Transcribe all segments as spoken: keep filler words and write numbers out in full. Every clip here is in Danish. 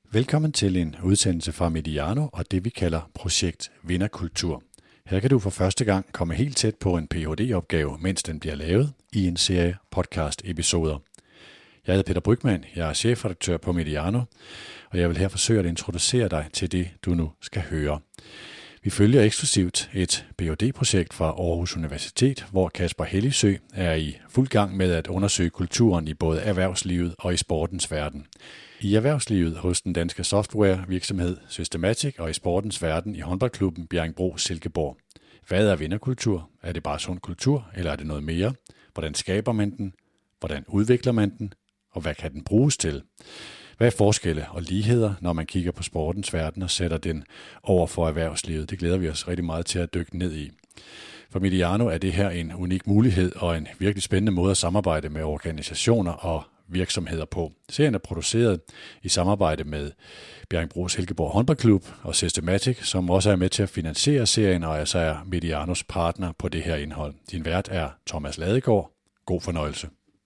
Velkommen til en udsendelse fra Mediano og det vi kalder Projekt Vinderkultur. Her kan du for første gang komme helt tæt på en P H D-opgave, mens den bliver lavet i en serie podcast-episoder. Jeg hedder Peter Brygmann, jeg er chefredaktør på Mediano, og jeg vil her forsøge at introducere dig til det, du nu skal høre. Vi følger eksklusivt et P H D-projekt fra Aarhus Universitet, hvor Kasper Helligsø er i fuld gang med at undersøge kulturen i både erhvervslivet og i sportens verden. I erhvervslivet hos den danske softwarevirksomhed Systematic og i sportens verden i håndboldklubben Bjerringbro-Silkeborg. Hvad er vinderkultur? Er det bare sund kultur, eller er det noget mere? Hvordan skaber man den? Hvordan udvikler man den? Og hvad kan den bruges til? Hvad er forskelle og ligheder, når man kigger på sportens verden og sætter den over for erhvervslivet? Det glæder vi os rigtig meget til at dykke ned i. For Mediano er det her en unik mulighed og en virkelig spændende måde at samarbejde med organisationer og virksomheder på. Serien er produceret i samarbejde med Bjerringbro-Silkeborg håndboldklub og Systematic, som også er med til at finansiere serien og altså er Medianos partner på det her indhold. Din vært er Thomas Ladegaard. God fornøjelse.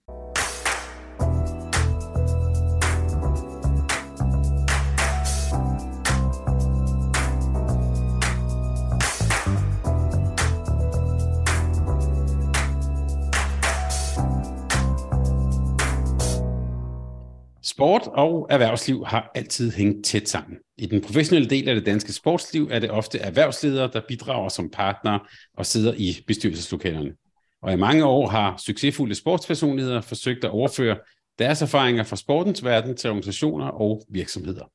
Sport og erhvervsliv har altid hængt tæt sammen. I den professionelle del af det danske sportsliv er det ofte erhvervsledere, der bidrager som partnere og sidder i bestyrelseslokalerne. Og i mange år har succesfulde sportspersonligheder forsøgt at overføre deres erfaringer fra sportens verden til organisationer og virksomheder.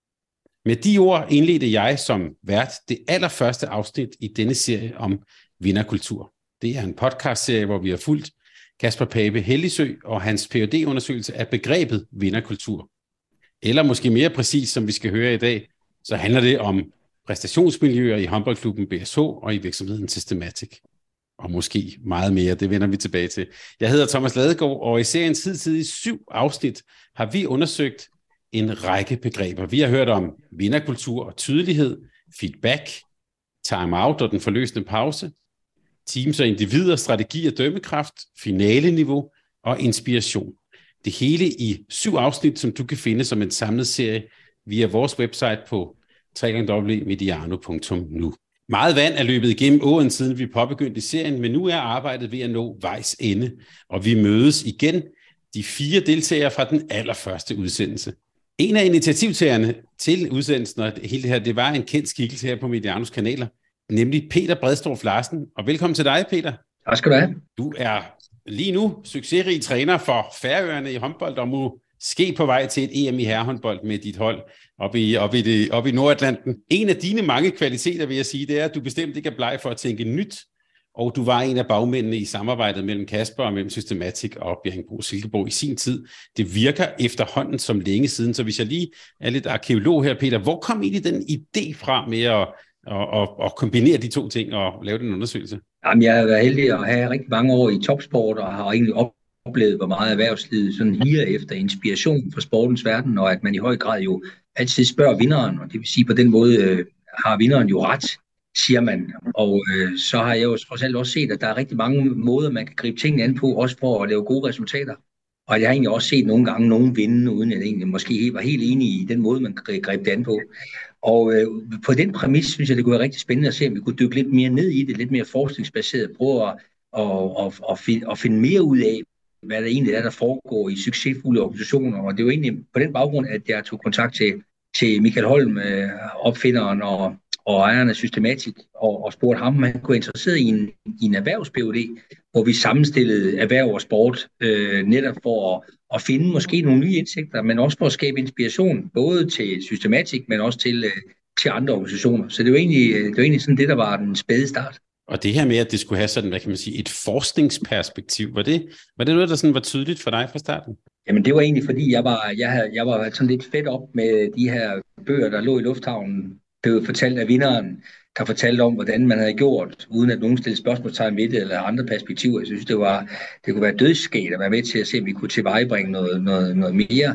Med de ord indledte jeg som vært det allerførste afsnit i denne serie om vinderkultur. Det er en podcastserie, hvor vi har fulgt Kasper Pape Helligsø og hans P H D-undersøgelse af begrebet vinderkultur. Eller måske mere præcis, som vi skal høre i dag, så handler det om præstationsmiljøer i håndboldklubben B S H og i virksomheden Systematic. Og måske meget mere, det vender vi tilbage til. Jeg hedder Thomas Ladegaard, og i seriens hidtidige syv afsnit har vi undersøgt en række begreber. Vi har hørt om vinderkultur og tydelighed, feedback, time-out og den forløsende pause, teams og individer, strategi og dømmekraft, finaleniveau og inspiration. Det hele i syv afsnit, som du kan finde som en samlet serie via vores website på w w w punktum mediano punktum n u. Meget vand er løbet igennem åen, siden vi påbegyndte serien, men nu er arbejdet ved at nå vejs ende, og vi mødes igen, de fire deltagere fra den allerførste udsendelse. En af initiativtagerne til udsendelsen og hele det her, det var en kendt skikkelse her på Medianos kanaler, nemlig Peter Bredstorff Larsen. Og velkommen til dig, Peter. Tak skal du have. Du er lige nu succesrig træner for Færøerne i håndbold, og måske på vej til et E M i herrehåndbold med dit hold op i, op i, det, op i Nordatlanten. En af dine mange kvaliteter, vil jeg sige, det er, at du bestemt ikke er bleg for at tænke nyt, og du var en af bagmændene i samarbejdet mellem Kasper og mellem Systematic og Bjerringbro-Silkeborg i sin tid. Det virker efterhånden som længe siden, så hvis jeg lige er lidt arkeolog her, Peter, hvor kom egentlig den idé fra med at Og, og, og kombinere de to ting og lave den undersøgelse? Jamen, jeg har været heldig at have rigtig mange år i topsport, og har egentlig oplevet, hvor meget erhvervslivet sådan higer efter inspiration fra sportens verden, og at man i høj grad jo altid spørger vinderen, og det vil sige, på den måde øh, har vinderen jo ret, siger man. Og øh, så har jeg jo trods alt også set, at der er rigtig mange måder, man kan gribe tingene an på, også for at lave gode resultater. Og jeg har egentlig også set nogle gange nogen vinde, uden at jeg egentlig måske var helt enig i den måde, man greb det an på. Og øh, på den præmis synes jeg, det kunne være rigtig spændende at se, om vi kunne dykke lidt mere ned i det, lidt mere forskningsbaseret, prøve at, at, at, at, finde, at finde mere ud af, hvad der egentlig er, der foregår i succesfulde organisationer. Og det var egentlig på den baggrund, at jeg tog kontakt til, til Michael Holm, øh, opfinderen og, og ejeren af Systematic, og, og spurgte ham, om han kunne være interesseret i en, i en erhvervs-P H D, hvor vi sammenstillede erhverv og sport, øh, netop for at, at finde måske nogle nye indsigter, men også for at skabe inspiration, både til Systematic, men også til, øh, til andre organisationer. Så det var, egentlig, det var egentlig sådan det, der var den spæde start. Og det her med, at det skulle have sådan, hvad kan man sige, et forskningsperspektiv, var det, var det noget, der sådan var tydeligt for dig fra starten? Jamen det var egentlig, fordi jeg var, jeg havde, jeg var sådan lidt fedt op med de her bøger, der lå i lufthavnen, blev fortalt af vinderen, der fortalte om, hvordan man havde gjort, uden at nogen stillede spørgsmålstegn ved det, eller andre perspektiver. Jeg synes, det, var, det kunne være dødsskægt at være med til at se, om vi kunne tilvejebringe noget, noget, noget mere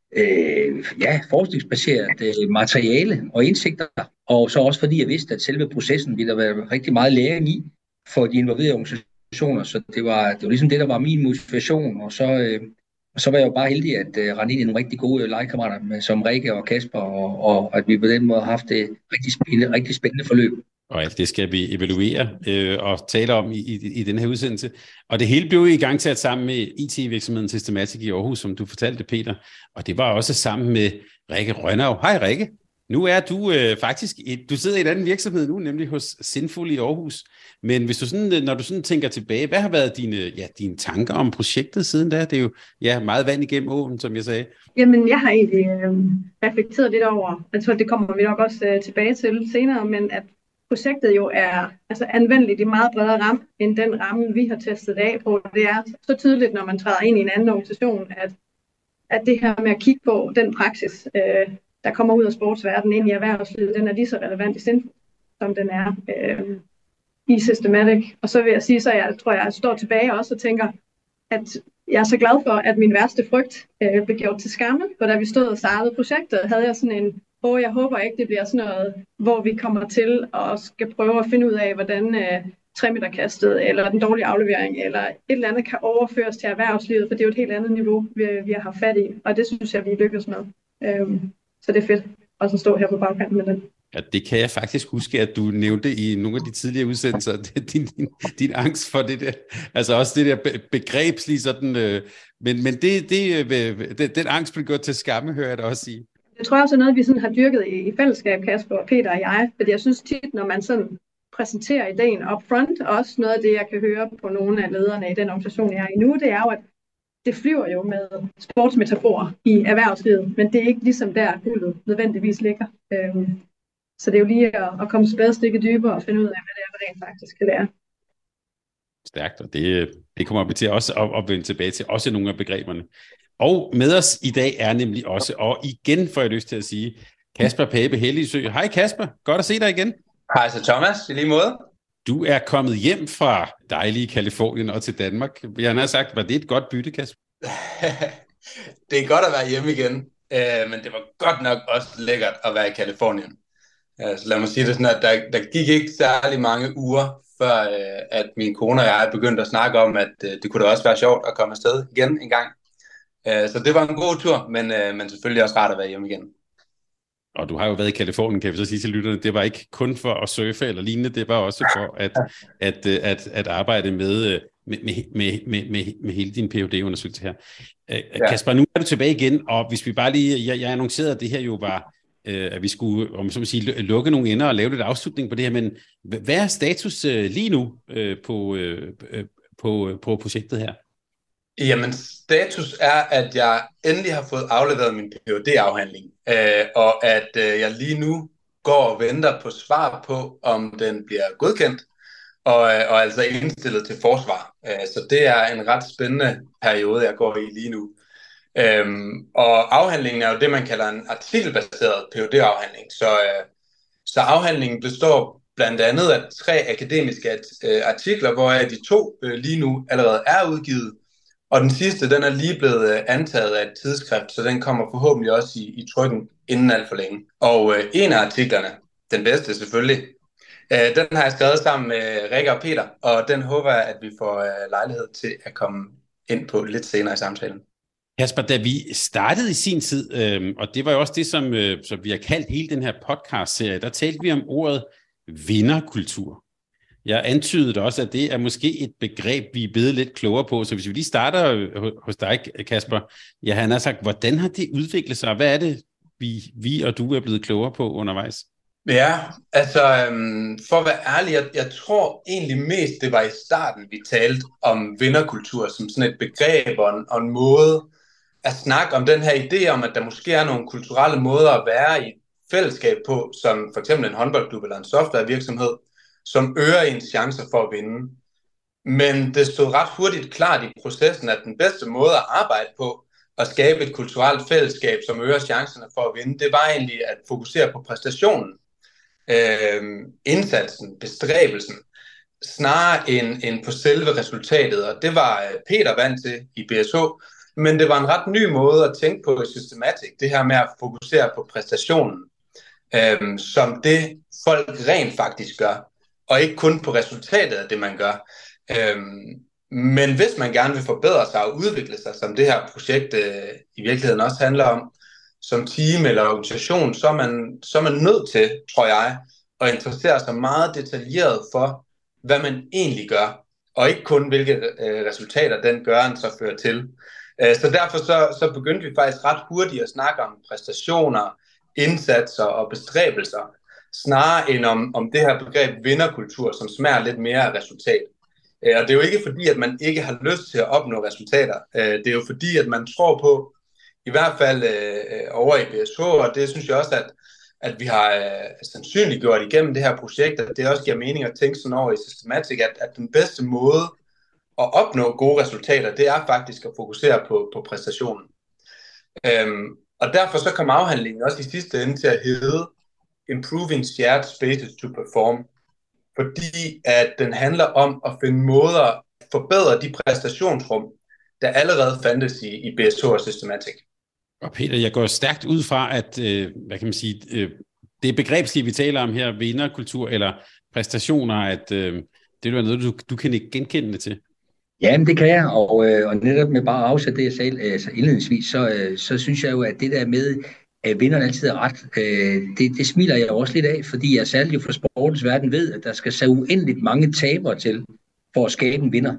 øh, ja, forskningsbaseret øh, materiale og indsigter. Og så også fordi jeg vidste, at selve processen ville der være rigtig meget læring i for de involverede organisationer. Så det var, det var ligesom det, der var min motivation. Og så, øh, Og så var jeg jo bare heldig at uh, rende ind i nogle rigtig gode legekammerater med, som Rikke og Kasper, og, og at vi på den måde har haft et rigtig spændende, rigtig spændende forløb. Og alt det skal vi evaluere øh, og tale om i, i, i den her udsendelse. Og det hele blev i gang til at sammen med I T-virksomheden Systematic i Aarhus, som du fortalte, Peter. Og det var også sammen med Rikke Rønnav. Hej Rikke. Nu er du øh, faktisk, et, du sidder i en anden virksomhed nu, nemlig hos Sinful i Aarhus. Men hvis du sådan, når du sådan tænker tilbage, hvad har været dine, ja, dine tanker om projektet siden da? Det er jo ja, meget vand igennem åen, som jeg sagde. Jamen, jeg har egentlig øh, reflekteret lidt over, jeg tror, det kommer vi nok også øh, tilbage til senere, men at projektet jo er altså, anvendeligt i meget bredere ramme, end den ramme, vi har testet af på. Det er så tydeligt, når man træder ind i en anden organisation, at, at det her med at kigge på den praksis, øh, der kommer ud af sportsverdenen ind i erhvervslivet, den er lige så relevant i Sinful, som den er øh, i Systematic. Og så vil jeg sige, så jeg tror, jeg står tilbage også og tænker, at jeg er så glad for, at min værste frygt øh, blev gjort til skamme. For da vi stod og startede projektet, havde jeg sådan en, åh, jeg håber ikke, det bliver sådan noget, hvor vi kommer til og skal prøve at finde ud af, hvordan øh, tre-meterkastet eller den dårlige aflevering eller et eller andet kan overføres til erhvervslivet, for det er jo et helt andet niveau, vi, vi har haft fat i. Og det synes jeg, vi lykkes med. Øhm, så det er fedt også at stå her på bagkanten med den. Ja, det kan jeg faktisk huske, at du nævnte i nogle af de tidligere udsendelser, din, din, din angst for det der, altså også det der begrebslige sådan, øh, men, men det, det, øh, det, den angst blev gjort til skamme, hører jeg da også sige. Det tror jeg også er noget, vi sådan har dyrket i, i fællesskab, Kasper og Peter og jeg, fordi jeg synes tit, når man sådan præsenterer ideen up front, også noget af det, jeg kan høre på nogle af lederne i den organisation, jeg er i nu, det er jo, at det flyver jo med sportsmetaforer i erhvervslivet, men det er ikke ligesom der guldet nødvendigvis ligger. Øhm, Så det er jo lige at, at komme spadestikket dybere og finde ud af, hvad det er, vi rent faktisk kan lære. Stærkt, og det, det kommer vi til også at, at vende tilbage til, også nogle af begreberne. Og med os i dag er nemlig også, og igen får jeg lyst til at sige, Kasper Pape Helligsø. Hej Kasper, godt at se dig igen. Hej så Thomas, i lige måde. Du er kommet hjem fra dejlige Californien og til Danmark. Jeg har sagt, var det et godt bytte, Kasper? Det er godt at være hjemme igen, men det var godt nok også lækkert at være i Californien. Så lad mig sige det sådan, at der, der gik ikke særlig mange uger, før at min kone og jeg begyndte at snakke om, at det kunne da også være sjovt at komme afsted igen en gang. Så det var en god tur, men, men selvfølgelig også rart at være hjemme igen. Og du har jo været i Californien, kan vi så sige til lytterne. Det var ikke kun for at surfe eller lignende, det var også for at, at, at, at arbejde med, med, med, med, med, med hele din P H D-undersøgelse her. Ja. Kasper, nu er du tilbage igen, og hvis vi bare lige, jeg, jeg annoncerede, at det her jo var, at vi skulle, om så må sige, lukke nogle ender og lave lidt afslutning på det her, men hvad er status lige nu på, på, på projektet her? Jamen, status er, at jeg endelig har fået afleveret min P H D-afhandling, øh, og at øh, jeg lige nu går og venter på svar på, om den bliver godkendt, og, og altså indstillet til forsvar. Øh, så det er en ret spændende periode, jeg går i lige nu. Øhm, og afhandlingen er jo det, man kalder en artikelbaseret P H D-afhandling. Så, øh, så afhandlingen består blandt andet af tre akademiske øh, artikler, hvoraf de to øh, lige nu allerede er udgivet. Og den sidste, den er lige blevet antaget af et tidsskrift, så den kommer forhåbentlig også i, i trykken inden alt for længe. Og øh, en af artiklerne, den bedste selvfølgelig, øh, den har jeg skrevet sammen med Rikke og Peter, og den håber jeg, at vi får øh, lejlighed til at komme ind på lidt senere i samtalen. Kasper, da vi startede i sin tid, øh, og det var jo også det, som, øh, som vi har kaldt hele den her podcast-serie, der talte vi om ordet vinderkultur. Jeg antydede også, at det er måske et begreb, vi er blevet lidt klogere på. Så hvis vi lige starter hos dig, Kasper, ja, han har sagt, hvordan har det udviklet sig? Hvad er det, vi, vi og du er blevet klogere på undervejs? Ja, altså øhm, for at være ærlig, jeg, jeg tror egentlig mest, det var i starten, vi talte om vinderkultur som sådan et begreb og en, og en måde at snakke om den her idé om, at der måske er nogle kulturelle måder at være i et fællesskab på, som for eksempel en håndboldklub eller en softwarevirksomhed, som øger ens chancer for at vinde. Men det stod ret hurtigt klart i processen, at den bedste måde at arbejde på, at skabe et kulturelt fællesskab, som øger chancerne for at vinde, det var egentlig at fokusere på præstationen, øh, indsatsen, bestræbelsen, snarere end, end på selve resultatet. Og det var Peter vant til i B S H, men det var en ret ny måde at tænke på i Systematic, det her med at fokusere på præstationen, øh, som det folk rent faktisk gør, og ikke kun på resultatet af det, man gør. Øhm, Men hvis man gerne vil forbedre sig og udvikle sig, som det her projekt øh, i virkeligheden også handler om, som team eller organisation, så er, man, så er man nødt til, tror jeg, at interessere sig meget detaljeret for, hvad man egentlig gør, og ikke kun hvilke øh, resultater den gøren så fører til. Øh, så derfor så, så begyndte vi faktisk ret hurtigt at snakke om præstationer, indsatser og bestræbelser, snarere end om, om det her begreb vinderkultur, som smager lidt mere af resultat. Og det er jo ikke fordi, at man ikke har lyst til at opnå resultater. Det er jo fordi, at man tror på, i hvert fald øh, over i B S H, og det synes jeg også, at, at vi har øh, sandsynliggjort igennem det her projekt, at det også giver mening at tænke sådan over i Systematic, at, at den bedste måde at opnå gode resultater, det er faktisk at fokusere på, på præstationen. Øhm, og derfor så kom afhandlingen også i sidste ende til at hedde Improving Shared Spaces to Perform, fordi at den handler om at finde måder at forbedre de præstationsrum, der allerede fandtes i, i B S H og Systematic. Og Peter, jeg går stærkt ud fra, at øh, hvad kan man sige, øh, det begrebsliv, vi taler om her, vinderkultur eller præstationer, at øh, det er noget, du, du kan ikke genkende det til. Jamen, det kan jeg, og, øh, og netop med bare at afsætte det, jeg sagde altså indledningsvis, så, øh, så synes jeg jo, at det der med, at vinderen altid er ret, øh, det, det smiler jeg også lidt af, fordi jeg særligt fra sportens verden ved, at der skal så uendeligt mange tabere til, for at skabe en vinder.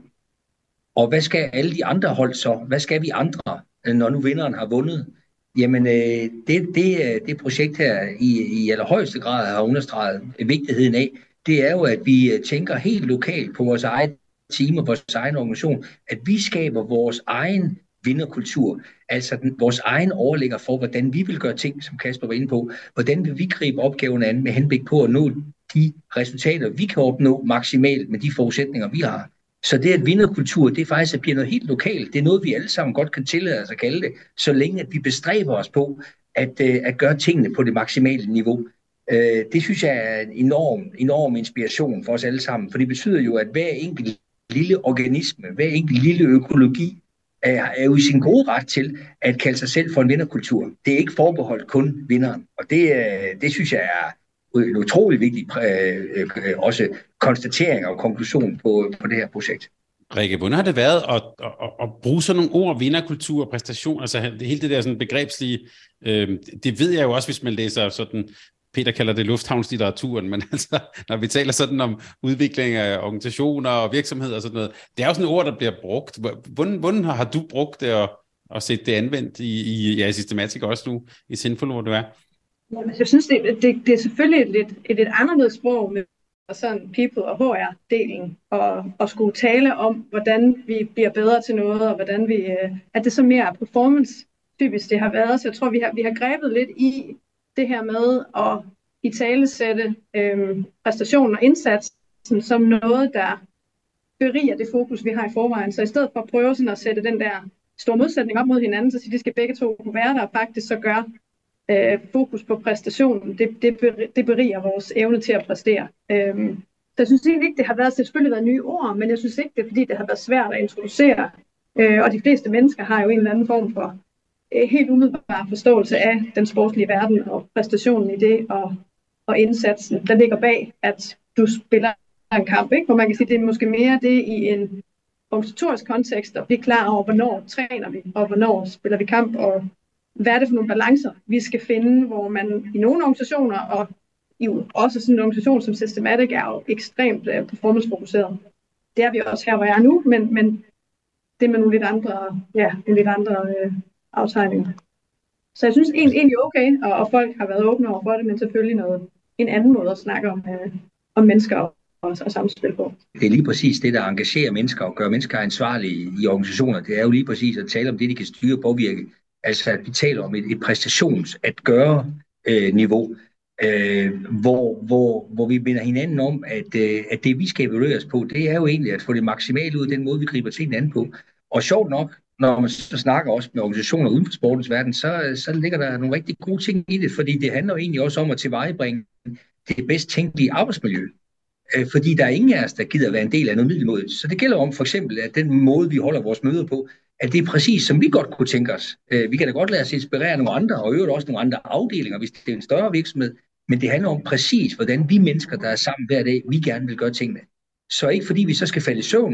Og hvad skal alle de andre hold så? Hvad skal vi andre, når nu vinderen har vundet? Jamen, øh, det, det, det projekt her i, i allerhøjeste grad har understreget vigtigheden af, det er jo, at vi tænker helt lokalt på vores eget team og vores egen organisation, at vi skaber vores egen vinderkultur, altså den, vores egen overlægger for, hvordan vi vil gøre ting, som Kasper var inde på, hvordan vil vi gribe opgaven an med henblik på at nå de resultater, vi kan opnå maksimalt med de forudsætninger, vi har. Så det at vinderkultur, det er faktisk at blive noget helt lokalt. Det er noget, vi alle sammen godt kan tillade os at kalde det, så længe at vi bestræber os på at, at gøre tingene på det maksimale niveau. Det synes jeg er en enorm, enorm inspiration for os alle sammen, for det betyder jo, at hver enkelt lille organisme, hver enkelt lille økologi, er, er jo i sin gode ret til at kalde sig selv for en vinderkultur. Det er ikke forbeholdt kun vinderen, og det, det synes jeg er en utrolig vigtig øh, øh, også konstatering og konklusion på, på det her projekt. Rikke, hvordan har det været at, at, at bruge sådan nogle ord, vinderkultur og præstation, altså det, hele det der sådan begrebslige, øh, det ved jeg jo også, hvis man læser sådan, Peter kalder det lufthavnslitteraturen, men altså, når vi taler sådan om udvikling af organisationer og virksomheder og sådan noget, det er jo sådan et ord, der bliver brugt. Hvordan, hvordan har du brugt det og, og set det anvendt i, i ja, Systematic også nu, i Sinful, hvor du er? Jamen, jeg synes, det, det, det er selvfølgelig et lidt, et lidt anderledes sprog med sådan people- og H R-delen, og, og skulle tale om, hvordan vi bliver bedre til noget, og hvordan vi, at det så mere er performance-typisk det har været. Så jeg tror, vi har, vi har grebet lidt i det her med at italesætte øhm, præstationen og indsatsen som noget, der beriger det fokus, vi har i forvejen. Så i stedet for at prøve sådan at sætte den der store modsætning op mod hinanden, så siger de skal begge to kunne være der, og faktisk så gør øh, fokus på præstationen, det, det, det beriger vores evne til at præstere. Øhm, så jeg synes egentlig ikke, det har været, det selvfølgelig været nye ord, men jeg synes ikke, det er fordi, det har været svært at introducere. Øh, og de fleste mennesker har jo en eller anden form for helt umiddelbar forståelse af den sportslige verden og præstationen i det og, og indsatsen, der ligger bag, at du spiller en kamp, ikke? Hvor man kan sige, det er måske mere det i en organisatorisk kontekst, og blive klar over, hvornår træner vi, og hvornår spiller vi kamp, og hvad er det for nogle balancer, vi skal finde, hvor man i nogle organisationer, og jo også sådan en organisation som Systematic, er jo ekstremt uh, performancefokuseret. Det er vi også her, hvor jeg er nu, men, men det med nogle lidt andre, ja, en lidt andre uh, aftegninger. Så jeg synes egentlig, egentlig okay, og, og folk har været åbne over for det, men selvfølgelig noget, en anden måde at snakke om, uh, om mennesker og, og, og samspil på. Det er lige præcis det, der engagerer mennesker og gør mennesker ansvarlige i organisationer. Det er jo lige præcis at tale om det, de kan styre og påvirke. Altså at vi taler om et, et præstations- at gøre øh, niveau, øh, hvor, hvor, hvor vi binder hinanden om, at, øh, at det vi skal evaluere os på, det er jo egentlig at få det maksimale ud af den måde, vi griber tingene an på. Og sjovt nok, når man så snakker også med organisationer uden for sportens verden, så, så ligger der nogle rigtig gode ting i det, fordi det handler jo egentlig også om at tilvejebringe det bedst tænkelige arbejdsmiljø. Øh, fordi der er ingen af os, der gider være en del af noget middelmåde. Så det gælder om for eksempel, at den måde, vi holder vores møder på, at det er præcis, som vi godt kunne tænke os. Øh, vi kan da godt lade os inspirere nogle andre, og øvrigt også nogle andre afdelinger, hvis det er en større virksomhed. Men det handler om præcis, hvordan vi mennesker, der er sammen hver dag, vi gerne vil gøre tingene. Så ikke fordi vi så skal falde i søvn,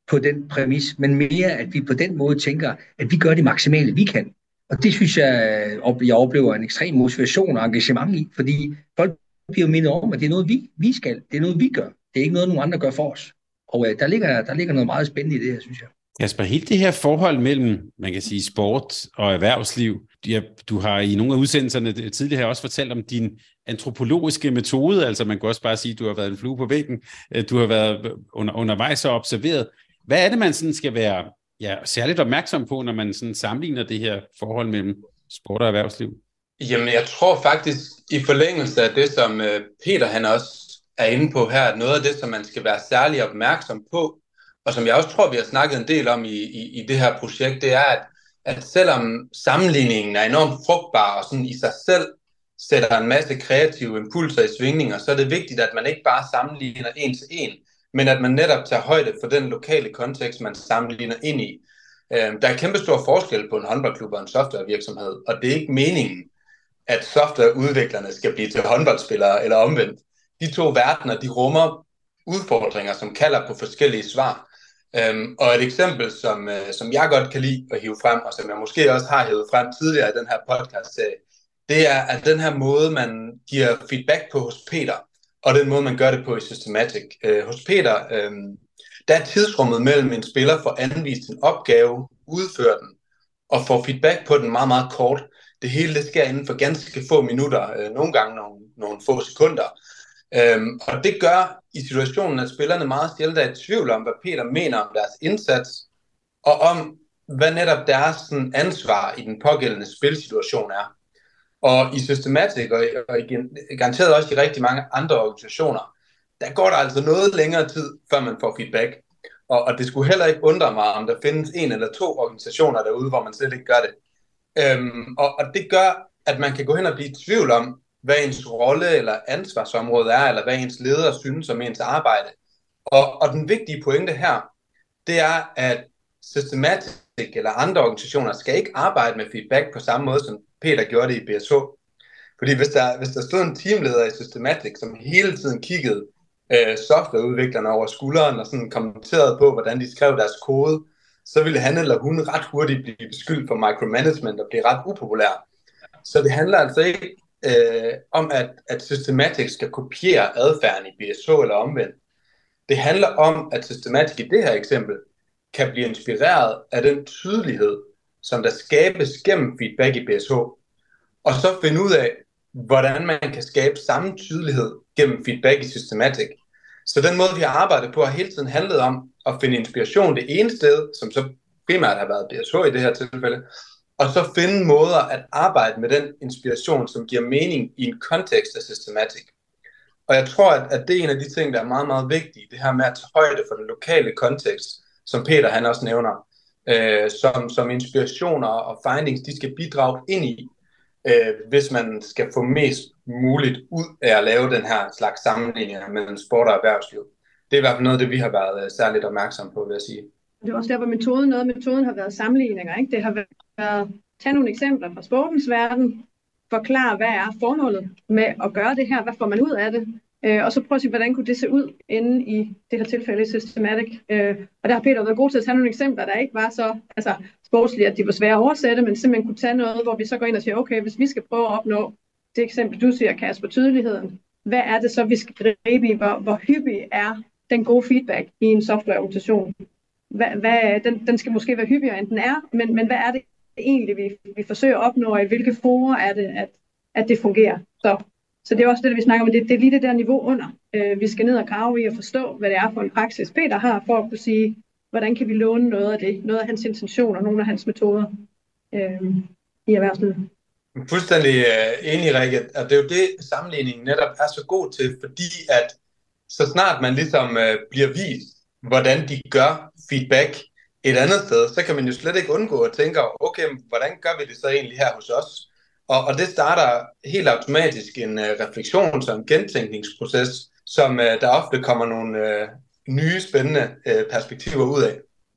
på den præmis, men mere, at vi på den måde tænker, at vi gør det maksimale, vi kan. Og det synes jeg, jeg oplever en ekstrem motivation og engagement i, fordi folk bliver mindet om, at det er noget, vi, vi skal. Det er noget, vi gør. Det er ikke noget, nogen andre gør for os. Og øh, der, ligger, der ligger noget meget spændende i det her, synes jeg. Kasper, helt det her forhold mellem, man kan sige, sport og erhvervsliv. Du har i nogle af udsendelserne tidligere også fortalt om din antropologiske metode, altså man kan også bare sige, at du har været en flue på væggen, du har været under, undervejs og observeret. Hvad er det, man sådan skal være ja, særligt opmærksom på, når man sådan sammenligner det her forhold mellem sport og erhvervsliv? Jamen, jeg tror faktisk, i forlængelse af det, som Peter han også er inde på her, noget af det, som man skal være særlig opmærksom på, og som jeg også tror, vi har snakket en del om i, i, i det her projekt, det er, at, at selvom sammenligningen er enormt frugtbar og sådan i sig selv sætter en masse kreative impulser i svingninger, så er det vigtigt, at man ikke bare sammenligner en til en, men at man netop tager højde for den lokale kontekst, man sammenligner ind i. Der er kæmpe stor forskel på en håndboldklub og en softwarevirksomhed, og det er ikke meningen, at softwareudviklerne skal blive til håndboldspillere eller omvendt. De to verdener, de rummer udfordringer, som kalder på forskellige svar. Øhm, og et eksempel, som, øh, som jeg godt kan lide at hive frem, og som jeg måske også har hivet frem tidligere i den her podcast-serie, det er, at den her måde, man giver feedback på hos Peter, og den måde, man gør det på i Systematic. Øh, hos Peter, øh, der er tidsrummet mellem en spiller får anvist en opgave, udfører den, og får feedback på den meget, meget kort. Det hele det sker inden for ganske få minutter, øh, nogle gange nogle, nogle få sekunder. Øhm, og det gør i situationen, at spillerne meget sjældent er i tvivl om, hvad Peter mener om deres indsats, og om, hvad netop deres sådan, ansvar i den pågældende spilsituation er. Og i Systematic, og, og garanteret også i rigtig mange andre organisationer, der går der altså noget længere tid, før man får feedback. Og, og det skulle heller ikke undre mig, om der findes en eller to organisationer derude, hvor man slet ikke gør det. Øhm, og, og det gør, at man kan gå hen og blive i tvivl om, hvad ens rolle eller ansvarsområde er, eller hvad ens leder synes om ens arbejde. Og, og den vigtige pointe her, det er, at Systematic eller andre organisationer skal ikke arbejde med feedback på samme måde, som Peter gjorde det i B S H. Fordi hvis der, hvis der stod en teamleder i Systematic, som hele tiden kiggede øh, softwareudviklerne over skulderen og sådan kommenterede på, hvordan de skrev deres kode, så ville han eller hun ret hurtigt blive beskyldt for micromanagement og blive ret upopulær. Så det handler altså ikke øh, om, at, at Systematic skal kopiere adfærden i B S H eller omvendt. Det handler om, at Systematic i det her eksempel kan blive inspireret af den tydelighed, som der skabes gennem feedback i B S H, og så finde ud af, hvordan man kan skabe samme tydelighed gennem feedback i Systematic. Så den måde, vi har arbejdet på, har hele tiden handlet om at finde inspiration det ene sted, som så primært har været B S H i det her tilfælde, og så finde måder at arbejde med den inspiration, som giver mening i en kontekst af Systematic. Og jeg tror, at, at det er en af de ting, der er meget, meget vigtige, det her med at tage højde for den lokale kontekst, som Peter han også nævner, øh, som, som inspirationer og findings, de skal bidrage ind i, øh, hvis man skal få mest muligt ud af at lave den her slags sammenligning mellem sport og erhvervsliv. Det er i hvert fald noget af det, vi har været særligt opmærksom på, vil jeg sige. Det er også der, hvor metoden, noget af metoden har været sammenligninger, ikke? Det har været, tage nogle eksempler fra sportens verden, forklare, hvad er formålet med at gøre det her, hvad får man ud af det, øh, og så prøve at se, hvordan kunne det se ud inde i det her tilfælde i Systematic. Øh, og der har Peter været god til at tage nogle eksempler, der ikke var så altså, sportslige, at de var svære at oversætte, men simpelthen kunne tage noget, hvor vi så går ind og siger, okay, hvis vi skal prøve at opnå det eksempel, du siger, Kasper, tydeligheden, hvad er det så, vi skal gribe i, hvor, hvor hyppig er den gode feedback i en softwareorganisation? Hvad, hvad, den, den skal måske være hyppigere, end den er, men, men hvad er det egentlig, vi, vi forsøger at opnå, og i hvilke forer er det, at, at det fungerer? Så, så det er også det, vi snakker om, det, det er lige det der niveau under. Øh, vi skal ned og grave i og forstå, hvad det er for en praksis, Peter har, for at kunne sige, hvordan kan vi låne noget af det, noget af hans intentioner, nogle af hans metoder øh, i erhvervslivet. Fuldstændig uh, enig, Rikke, og det er jo det, sammenligningen netop er så god til, fordi at så snart man ligesom uh, bliver vist, hvordan de gør feedback et andet sted, så kan man jo slet ikke undgå at tænke, okay, hvordan gør vi det så egentlig her hos os? Og, og det starter helt automatisk en uh, refleksions- og en gentænkningsproces, som uh, der ofte kommer nogle uh, nye, spændende uh, perspektiver ud af.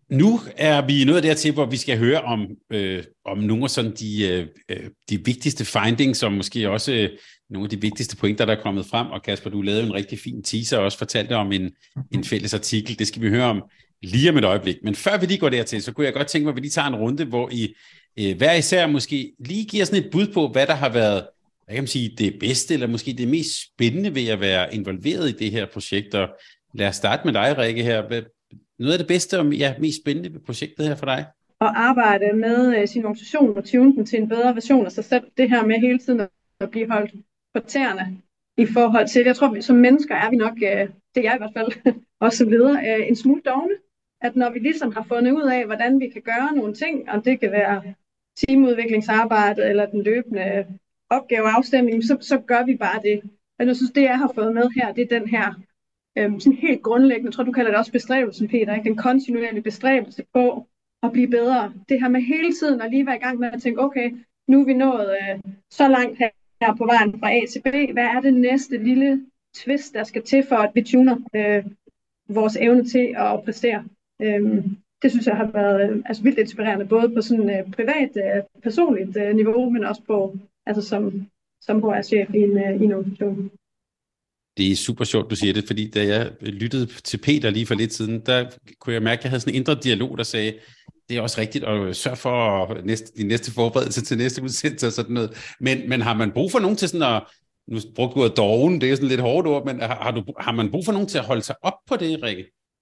Nu er vi nået dertil, hvor vi skal høre om, øh, om nogle af sådan de, øh, de vigtigste findings, og måske også øh, nogle af de vigtigste pointer, der er kommet frem. Og Kasper, du lavede en rigtig fin teaser og også fortalte om en, en fælles artikel. Det skal vi høre om lige om et øjeblik. Men før vi lige går dertil, så kunne jeg godt tænke mig, at vi lige tager en runde, hvor I øh, hver især måske lige giver sådan et bud på, hvad der har været, hvad kan man sige, det bedste, eller måske det mest spændende ved at være involveret i det her projekt. Og lad os starte med dig, Rikke, her. Noget af det bedste og ja, mest spændende ved projektet her for dig? At arbejde med uh, sin organisation og tune den til en bedre version af sig selv. Det her med hele tiden at blive holdt på tæerne i forhold til, jeg tror, vi, som mennesker er vi nok, uh, det er jeg i hvert fald, også som leder, uh, en smule dovne. At når vi ligesom har fundet ud af, hvordan vi kan gøre nogle ting, og det kan være teamudviklingsarbejde eller den løbende opgaveafstemning, så, så gør vi bare det. Og jeg synes, det jeg har fået med her, det er den her Øhm, sådan helt grundlæggende, jeg tror du kalder det også bestræbelsen, Peter, ikke? Den kontinuerlige bestræbelse på at blive bedre. Det her med hele tiden at lige være i gang med at tænke, okay, nu er vi nået øh, så langt her, her på vejen fra A til B. Hvad er det næste lille twist, der skal til for, at vi tuner øh, vores evne til at præstere? Øhm, det synes jeg har været øh, altså vildt inspirerende, både på sådan øh, privat, øh, personligt øh, niveau, men også på, altså som, som H R-chef i en, øh, i en organisation. Det er super sjovt, du siger det, fordi da jeg lyttede til Peter lige for lidt siden, der kunne jeg mærke, at jeg havde sådan en indre dialog, der sagde, det er også rigtigt at sørge for næste, de næste forberedelser til næste udsendelse og sådan noget. Men, men har man brug for nogen til sådan at, nu brugte du ordet doven, det er sådan lidt hårdt ord, men har, har, du, har man brug for nogen til at holde sig op på det, Rikke?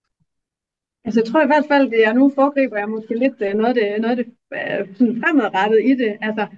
Altså jeg tror i hvert fald, det er nu foregriber jeg måske lidt noget af det, noget af det sådan fremadrettet i det. Altså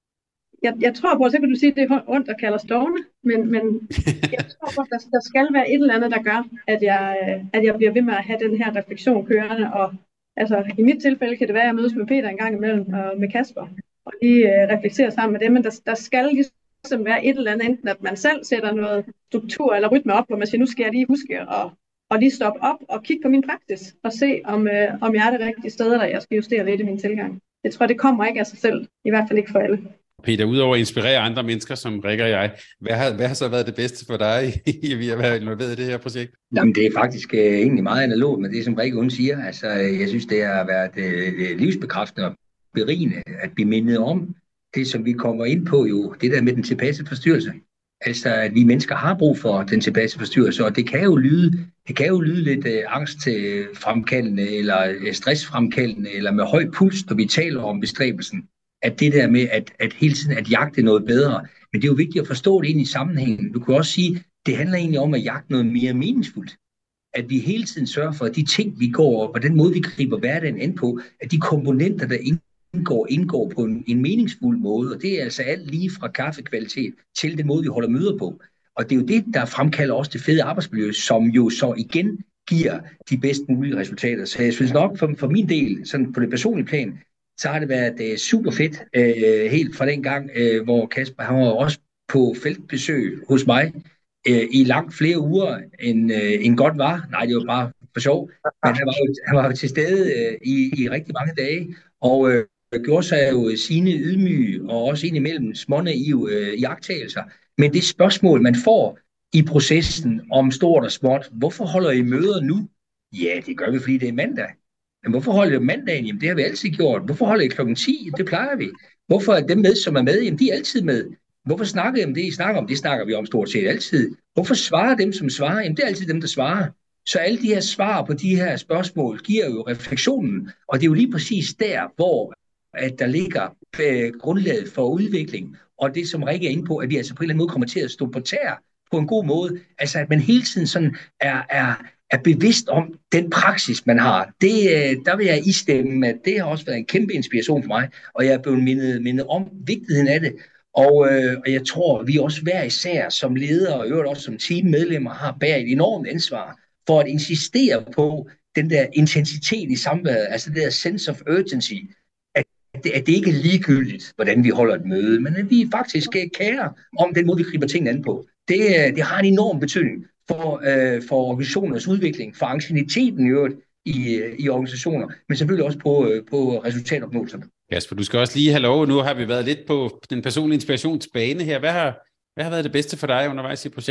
Jeg, jeg tror på, så kan du sige, at det er ondt at kalde os dovne, men, men jeg tror på, at der, der skal være et eller andet, der gør, at jeg, at jeg bliver ved med at have den her refleksion kørende. Og altså, i mit tilfælde kan det være, at jeg mødes med Peter en gang imellem og med Kasper, og lige uh, reflektere sammen med dem, men der, der skal ligesom være et eller andet, enten at man selv sætter noget struktur eller rytme op, hvor man siger, nu skal jeg lige huske at, at lige stoppe op og kigge på min praksis, og se, om, uh, om jeg er det rigtige sted, eller jeg skal justere lidt i min tilgang. Jeg tror, det kommer ikke af sig selv, i hvert fald ikke for alle. Peter, udover at inspirere andre mennesker som Rikke og jeg, hvad har, hvad har så været det bedste for dig i at være involveret i det her projekt? Jamen, det er faktisk uh, egentlig meget analogt med det, som Rikke hun siger. Altså, jeg synes, det har været uh, livsbekræftende og berigende at blive mindet om det, som vi kommer ind på jo, det der med den tilpasse forstyrrelse. Altså, at vi mennesker har brug for den tilpasse forstyrrelse, og det kan jo lyde, det kan jo lyde lidt uh, angstfremkaldende, eller stressfremkaldende, eller med høj puls, når vi taler om bestræbelsen. At det der med at, at hele tiden at jagte noget bedre. Men det er jo vigtigt at forstå det ind i sammenhængen. Du kan også sige, det handler egentlig om at jagte noget mere meningsfuldt. At vi hele tiden sørger for, at de ting, vi går, og på den måde, vi griber hverdagen ind på, at de komponenter, der indgår, indgår på en, en meningsfuld måde. Og det er altså alt lige fra kaffekvalitet til den måde, vi holder møder på. Og det er jo det, der fremkalder også det fede arbejdsmiljø, som jo så igen giver de bedst mulige resultater. Så jeg synes nok, for, for min del, sådan på det personlige plan, så har det været uh, super fedt, uh, helt fra den gang, uh, hvor Kasper han var også på feltbesøg hos mig uh, i langt flere uger, end, uh, end godt var. Nej, det var bare for sjov, men han var jo, han var jo til stede uh, i, i rigtig mange dage, og uh, gjorde sig jo sine ydmyge, og også indimellem smånaive uh, iagttagelser. Men det spørgsmål, man får i processen om stort og småt, hvorfor holder I møder nu? Ja, det gør vi, fordi det er mandag. Men hvorfor holder I mandagen? Jamen, det har vi altid gjort. Hvorfor holder I klokken ti? Det plejer vi. Hvorfor er dem med, som er med? Jamen, de er altid med. Hvorfor snakker I om det, I snakker om? Det snakker vi om stort set altid. Hvorfor svarer dem, som svarer? Jamen, det er altid dem, der svarer. Så alle de her svar på de her spørgsmål giver jo refleksionen. Og det er jo lige præcis der, hvor at der ligger øh, grundlaget for udvikling. Og det, som Rikke er inde på, at vi altså på en eller anden måde kommer til at stå på tær på en god måde. Altså, at man hele tiden sådan er... er er bevidst om den praksis, man har. Det, der vil jeg istemme, at det har også været en kæmpe inspiration for mig, og jeg er blevet mindet, mindet om vigtigheden af det. Og, øh, og jeg tror, at vi også hver især som ledere, og øvrigt også som teammedlemmer, har bæret et enormt ansvar for at insistere på den der intensitet i samværet, altså det der sense of urgency, at det, at det ikke er ligegyldigt, hvordan vi holder et møde, men at vi faktisk kære om den måde, vi griber tingene an på. Det, det har en enorm betydning for, øh, for organisationers udvikling, for ancienniteten i øvrigt i, i organisationer, men selvfølgelig også på, øh, på resultatopnåelserne. Kasper, du skal også lige have lov. Nu har vi været lidt på den personlige inspirationsbane her. Hvad har, hvad har været det bedste for dig undervejs i projektet?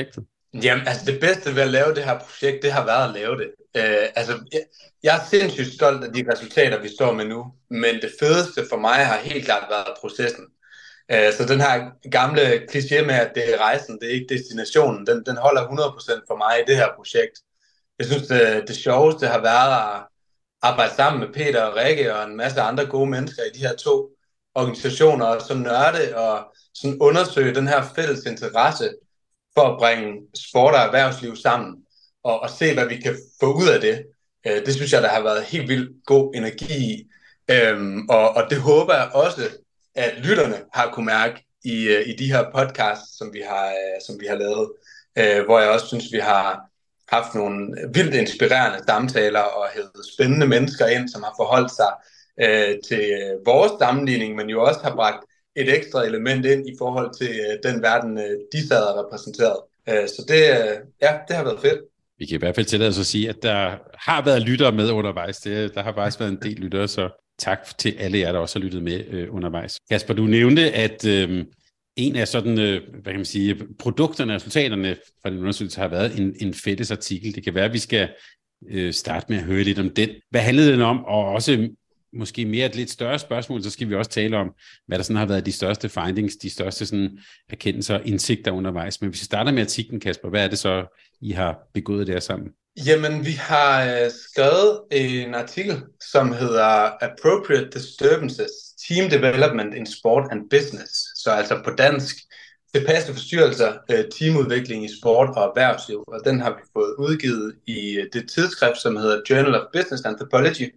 Jamen, altså det bedste ved at lave det her projekt, det har været at lave det. Øh, altså, jeg, jeg er sindssygt stolt af de resultater, vi står med nu, men det fedeste for mig har helt klart været processen. Øh, så den her gamle kliché med, at det er rejsen, det er ikke destinationen, den, den holder hundrede procent for mig i det her projekt. Jeg synes, det, det sjoveste har været at arbejde sammen med Peter og Rikke og en masse andre gode mennesker i de her to organisationer, og så nørde og sådan undersøge den her fælles interesse for at bringe sport og erhvervsliv sammen, og, og se, hvad vi kan få ud af det. Øh, det synes jeg, der har været helt vildt god energi i. Øhm, og, og det håber jeg også, at lytterne har kunne mærke i, i de her podcasts, som vi har, som vi har lavet, øh, hvor jeg også synes, vi har haft nogle vildt inspirerende samtaler og hævet spændende mennesker ind, som har forholdt sig øh, til vores sammenligning, men jo også har bragt et ekstra element ind i forhold til øh, den verden, øh, de sad og repræsenterede. Øh, så det, øh, ja, det har været fedt. Vi kan i hvert fald tillade os at sige, at der har været lyttere med undervejs. Det, der har faktisk været en del lyttere, så tak til alle jer, der også har lyttet med øh, undervejs. Kasper, du nævnte, at øh, en af sådan, øh, hvad kan man sige, produkterne og resultaterne fra den undersøgelse har været en, en fælles artikel. Det kan være, at vi skal øh, starte med at høre lidt om den. Hvad handlede den om? Og også måske mere et lidt større spørgsmål, så skal vi også tale om, hvad der sådan har været de største findings, de største sådan erkendelser og indsigter undervejs. Men hvis vi starter med artiklen, Kasper, hvad er det så, I har begået der sammen? Jamen, vi har øh, skrevet en artikel, som hedder Appropriate Disturbances, Team Development in Sport and Business. Så altså på dansk, tilpasse forstyrrelser, øh, teamudvikling i sport og erhvervsliv. Og den har vi fået udgivet i øh, det tidsskrift, som hedder Journal of Business Anthropology.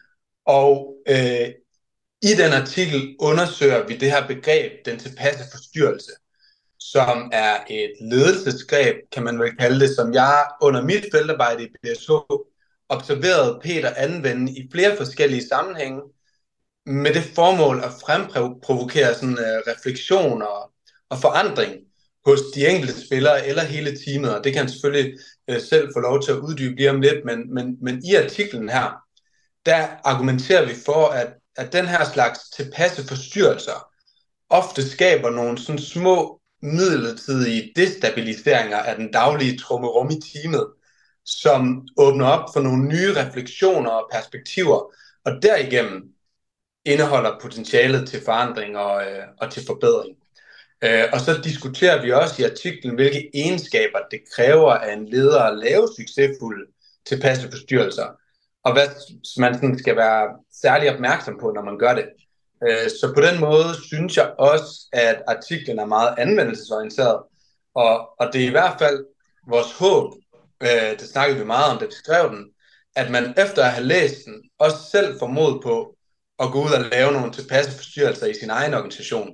Og øh, i den artikel undersøger vi det her begreb, den tilpasse forstyrrelse, som er et ledelsesgreb, kan man vel kalde det, som jeg under mit feltarbejde i B S H observerede Peter anvende i flere forskellige sammenhænge, med det formål at fremprovokere sådan, uh, refleksion og, og forandring hos de enkelte spillere eller hele teamet, og det kan han selvfølgelig uh, selv få lov til at uddybe lige om lidt, men, men, men i artiklen her, der argumenterer vi for, at, at den her slags tilpasse forstyrrelser ofte skaber nogle sådan små midlertidige destabiliseringer af den daglige trummerum i teamet, som åbner op for nogle nye refleksioner og perspektiver, og derigennem indeholder potentialet til forandring og, øh, og til forbedring. Øh, og så diskuterer vi også i artiklen, hvilke egenskaber det kræver af en leder at lave succesfulde tilpasse forstyrrelser, og hvad man sådan skal være særlig opmærksom på, når man gør det. Så på den måde synes jeg også, at artiklen er meget anvendelsesorienteret, og, og det er i hvert fald vores håb, øh, det snakkede vi meget om, da vi skrev den, at man efter at have læst den, også selv får mod på at gå ud og lave nogle tilpasse forstyrrelser i sin egen organisation.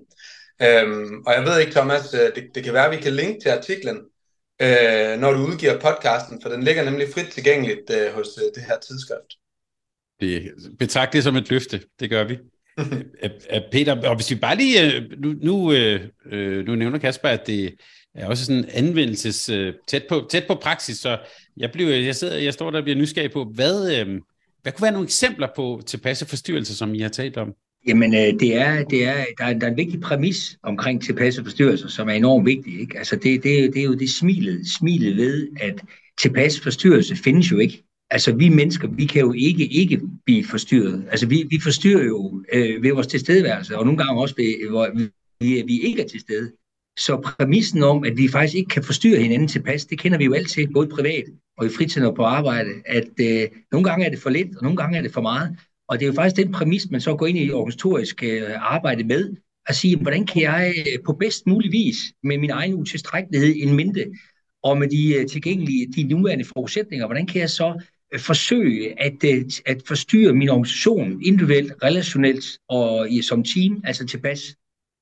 Øhm, og jeg ved ikke, Thomas, det, det kan være, at vi kan linke til artiklen, øh, når du udgiver podcasten, for den ligger nemlig frit tilgængeligt øh, hos øh, det her tidsskrift. Det, betragt det som et løfte, det gør vi. Peter, og hvis vi bare lige, nu, nu, nu nævner Kasper, at det er også sådan anvendelses tæt på, tæt på praksis, så jeg, bliver, jeg, sidder, jeg står der og bliver nysgerrig på, hvad, hvad kunne være nogle eksempler på tilpasse forstyrrelser, som I har talt om? Jamen, det er, det er, der, er, der er en vigtig præmis omkring tilpasse forstyrrelser, som er enormt vigtig, ikke? Altså, det, det, det er jo det smilet, smilet ved, at tilpasse forstyrrelse findes jo ikke. Altså, vi mennesker, vi kan jo ikke ikke blive forstyrret. Altså, vi, vi forstyrrer jo øh, ved vores tilstedeværelse, og nogle gange også ved, hvor vi, vi ikke er til stede. Så præmissen om, at vi faktisk ikke kan forstyrre hinanden tilpas, det kender vi jo altid, både privat og i fritiden og på arbejde, at øh, nogle gange er det for lidt, og nogle gange er det for meget. Og det er jo faktisk den præmis, man så går ind i organisatorisk øh, arbejde med, at sige, hvordan kan jeg på bedst mulig vis med min egen utilstrækkelighed en minde, og med de øh, tilgængelige, de nuværende forudsætninger, hvordan kan jeg så forsøge at, at forstyrre min organisation individuelt, relationelt og i, som team, altså tilpas.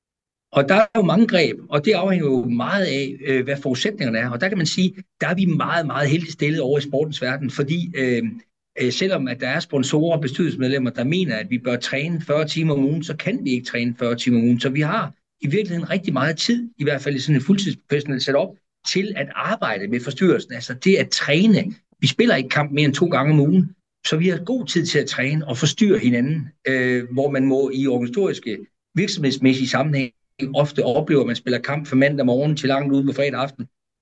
Og der er jo mange greb, og det afhænger jo meget af, øh, hvad forudsætningerne er. Og der kan man sige, der er vi meget, meget heldigt stillet over i sportens verden, fordi øh, øh, selvom at der er sponsorer og bestyrelsesmedlemmer, der mener, at vi bør træne fyrre timer om ugen, så kan vi ikke træne fyrre timer om ugen. Så vi har i virkeligheden rigtig meget tid, i hvert fald i sådan en fuldtidsprofessionel setup, til at arbejde med forstyrrelsen, altså det at træne. Vi spiller ikke kamp mere end to gange om ugen, så vi har god tid til at træne og forstyrre hinanden, øh, hvor man må i organisatoriske virksomhedsmæssige sammenhæng ofte oplever, at man spiller kamp fra mandag morgen til langt ude på fredag aften.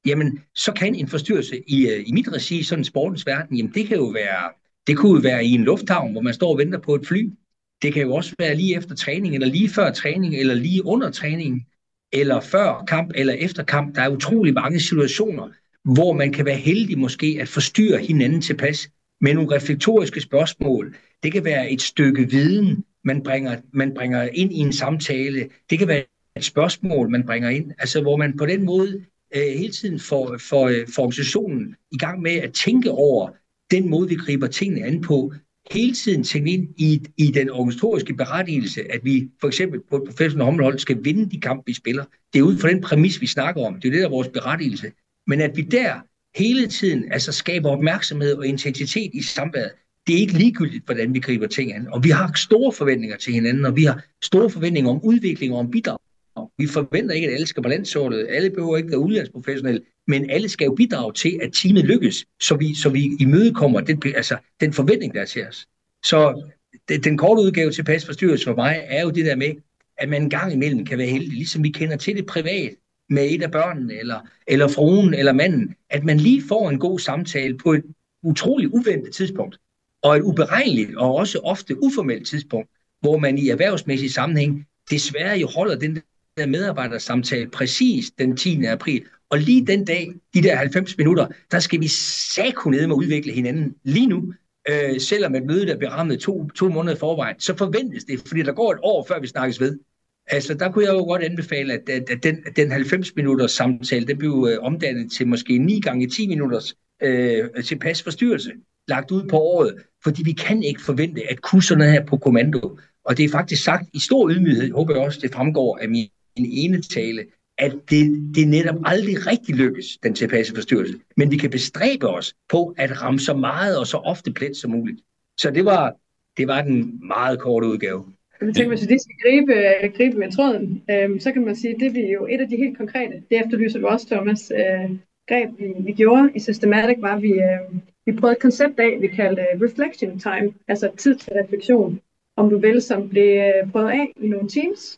jamen så kan en forstyrrelse i, i mit regi, sådan sportens verden, jamen det kan jo være, det kunne jo være i en lufthavn, hvor man står og venter på et fly. Det kan jo også være lige efter træning, eller lige før træning, eller lige under træning, eller før kamp, eller efter kamp. Der er utrolig mange situationer, hvor man kan være heldig måske at forstyrre hinanden tilpas med nogle reflektoriske spørgsmål. Det kan være et stykke viden, man bringer, man bringer ind i en samtale. Det kan være et spørgsmål, man bringer ind, altså hvor man på den måde øh, hele tiden får, får, får organisationen i gang med at tænke over den måde, vi griber tingene an på. Hele tiden tænke ind i, i den organisatoriske berettigelse, at vi for eksempel på et professionelt håndboldhold skal vinde de kampe, vi spiller. Det er ud fra den præmis, vi snakker om. Det er det, der er vores berettigelse. Men at vi der hele tiden altså skaber opmærksomhed og intensitet i samværet, det er ikke ligegyldigt, hvordan vi griber ting an. Og vi har store forventninger til hinanden, og vi har store forventninger om udvikling og om bidrag. Vi forventer ikke, at alle skal på landsholdet. Alle behøver ikke være udlandsprofessionelle, men alle skal jo bidrage til, at teamet lykkes, så vi, så vi imødekommer den, altså, den forventning, der er til os. Så det, den korte udgave til pasforstyrrelse for mig er jo det der med, at man en gang imellem kan være heldig, ligesom vi kender til det privat, med et af børnene, eller, eller fruen, eller manden, at man lige får en god samtale på et utroligt uventet tidspunkt, og et uberegneligt og også ofte uformelt tidspunkt, hvor man i erhvervsmæssig sammenhæng desværre jo holder den der medarbejdersamtale præcis den tiende april. Og lige den dag, de der halvfems minutter, der skal vi sætte ned med at udvikle hinanden lige nu. Øh, selvom et møde, der bliver rammet to, to måneder i forvejen, så forventes det, fordi der går et år, før vi snakkes ved. Altså, der kunne jeg jo godt anbefale, at, at, at, den, at den halvfems minutters samtale, den blev øh, omdannet til måske ni gange ti minutters øh, tilpas forstyrrelse, lagt ud på året, fordi vi kan ikke forvente at kunne sådan noget her på kommando. Og det er faktisk sagt i stor ydmyghed, håber jeg også, det fremgår af min en ene tale, at det, det netop aldrig rigtig lykkes, den tilpasse forstyrrelse. Men vi kan bestræbe os på at ramme så meget og så ofte plet som muligt. Så det var, det var den meget korte udgave. Jeg tænker, hvis vi skal gribe, gribe med tråden, øh, så kan man sige, at det er jo et af de helt konkrete. Det efterlyser du også, Thomas. Øh, greb, vi, vi gjorde i Systematic, var, at vi, øh, vi prøvede et koncept af, vi kaldte reflection time, altså tid til refleksion, om du vil, som blev prøvet af i nogle teams,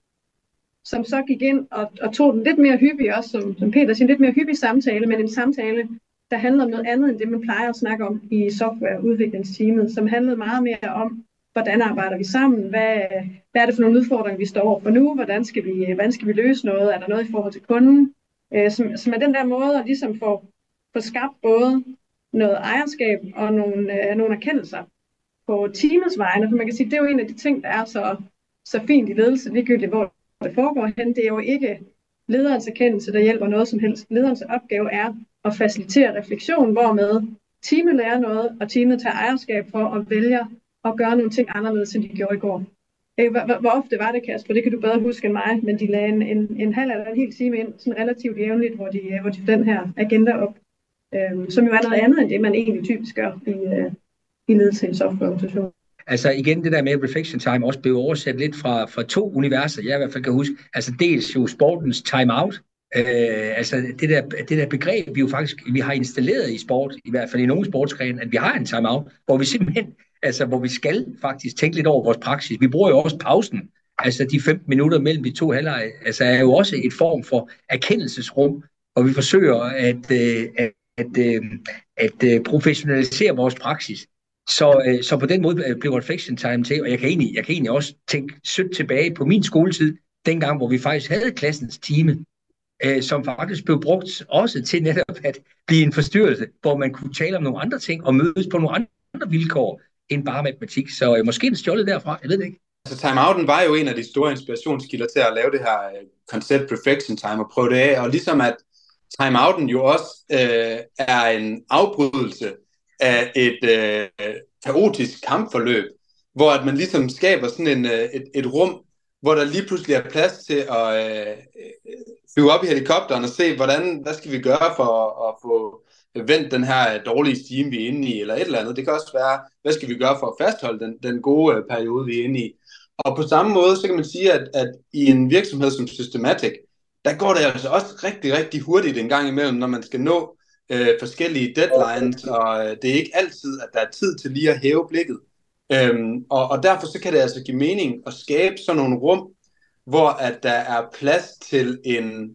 som så gik ind og, og tog den lidt mere hyppig, også som, som Peter siger, lidt mere hyppig samtale, men en samtale, der handler om noget andet, end det man plejer at snakke om i softwareudviklingsteamet, som handlede meget mere om, hvordan arbejder vi sammen, hvad, hvad er det for nogle udfordringer, vi står over for nu, hvordan skal vi, hvordan skal vi løse noget, er der noget i forhold til kunden, øh, som, som er den der måde at ligesom få, få skabt både noget ejerskab og nogle, øh, nogle erkendelser på teamets vegne, for man kan sige, det er jo en af de ting, der er så, så fint i ledelse, ligegyldigt hvor det foregår hen. Det er jo ikke lederens erkendelse, der hjælper noget som helst. Lederens opgave er at facilitere refleksion, hvormed teamet lærer noget, og teamet tager ejerskab for at vælge at gøre nogle ting anderledes, end de gjorde i går. Hvor, hvor ofte var det, Kasper? Det kan du bedre huske end mig, men de lagde en, en, en halv eller en hel time ind, sådan relativt jævnligt, hvor de, hvor de den her agenda op, øhm, som jo er noget andet, end det man egentlig typisk gør i, øh, i ledelse i en softwareorganisation. Altså igen, det der med reflection time også blev oversat lidt fra, fra to universer, jeg i hvert fald kan huske. Altså dels jo sportens time-out, øh, altså det der, det der begreb, vi jo faktisk vi har installeret i sport, i hvert fald i nogle sportsgrene, at vi har en time-out, hvor vi simpelthen, altså hvor vi skal faktisk tænke lidt over vores praksis. Vi bruger jo også pausen, altså de femten minutter mellem de to halvleje, altså er jo også et form for erkendelsesrum, og vi forsøger at, øh, at, at, at, at professionalisere vores praksis. Så, så på den måde blev reflection time til, og jeg kan egentlig, jeg kan egentlig også tænke sødt tilbage på min skoletid, dengang, hvor vi faktisk havde klassens time, øh, som faktisk blev brugt også til netop at blive en forstyrrelse, hvor man kunne tale om nogle andre ting og mødes på nogle andre vilkår end bare matematik. Så øh, måske den stjålet derfra, jeg ved det ikke. Altså timeouten var jo en af de store inspirationskilder til at lave det her koncept reflection time og prøve det af, og ligesom at timeouten jo også øh, er en afbrydelse af et øh, kaotisk kampforløb, hvor at man ligesom skaber sådan en, øh, et, et rum, hvor der lige pludselig er plads til at øh, flyve op i helikopteren og se, hvordan, hvad skal vi gøre for at, at få vendt den her dårlige stime, vi er inde i, eller et eller andet. Det kan også være, hvad skal vi gøre for at fastholde den, den gode øh, periode, vi er inde i. Og på samme måde, så kan man sige, at, at i en virksomhed som Systematic, der går det altså også rigtig, rigtig hurtigt en gang imellem, når man skal nå Øh, forskellige deadlines, og øh, det er ikke altid, at der er tid til lige at hæve blikket. Øhm, og, og derfor så kan det altså give mening at skabe sådan nogle rum, hvor at der er plads til en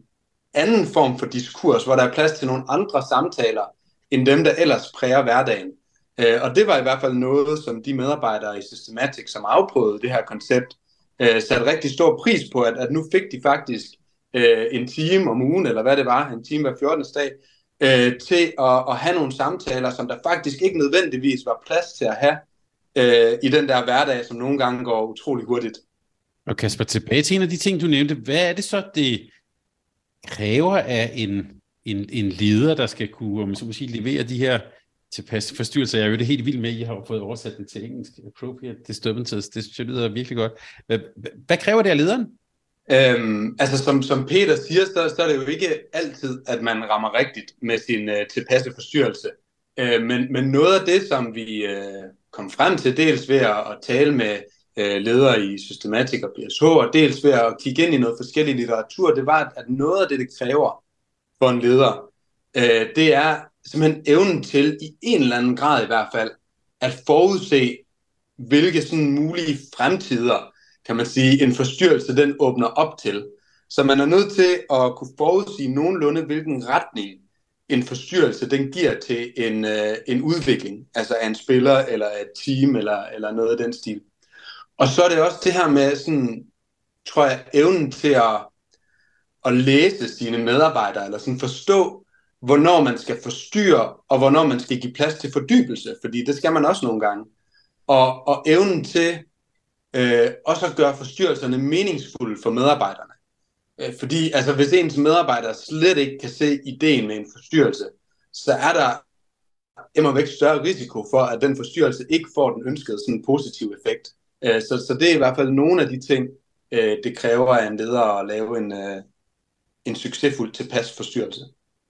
anden form for diskurs, hvor der er plads til nogle andre samtaler, end dem, der ellers præger hverdagen. Øh, og det var i hvert fald noget, som de medarbejdere i Systematic, som afprøvede det her koncept, øh, satte rigtig stor pris på, at, at nu fik de faktisk øh, en time om ugen, eller hvad det var, en time hver fjortende dag, øh, til at, at have nogle samtaler, som der faktisk ikke nødvendigvis var plads til at have øh, i den der hverdag, som nogle gange går utrolig hurtigt. Og Kasper, tilbage til en af de ting, du nævnte. Hvad er det så, det kræver af en, en, en leder, der skal kunne, om så må sige, levere de her tilpas forstyrrelser? Jeg er jo det helt vildt med, at I har fået oversat det til engelsk. Appropriate disturbances, det synes jeg lyder virkelig godt. Hvad, hvad kræver det af lederen? Øhm, altså som, som Peter siger, så, så er det jo ikke altid, at man rammer rigtigt med sin øh, tilpasse forstyrrelse. Øh, men, men noget af det, som vi øh, kom frem til, dels ved at, at tale med øh, ledere i Systematic og B S H, og dels ved at kigge ind i noget forskellig litteratur, det var, at noget af det, det kræver for en leder, øh, det er simpelthen evnen til, i en eller anden grad i hvert fald, at forudse, hvilke sådan mulige fremtider, kan man sige, en forstyrrelse, den åbner op til. Så man er nødt til at kunne forudsige nogenlunde, hvilken retning en forstyrrelse, den giver til en, øh, en udvikling, altså af en spiller, eller et team, eller, eller noget af den stil. Og så er det også det her med, sådan, tror jeg, evnen til at, at læse sine medarbejdere, eller sådan forstå, hvornår man skal forstyrre, og hvornår man skal give plads til fordybelse, fordi det skal man også nogle gange. Og, og evnen til øh, også at gøre forstyrrelserne meningsfulde for medarbejderne. Øh, fordi altså, hvis ens medarbejdere slet ikke kan se ideen med en forstyrrelse, så er der immervæk større risiko for, at den forstyrrelse ikke får den ønskede sådan positiv effekt. Øh, så, så det er i hvert fald nogle af de ting, øh, det kræver af en leder at lave en, øh, en succesfuld tilpas forstyrrelse.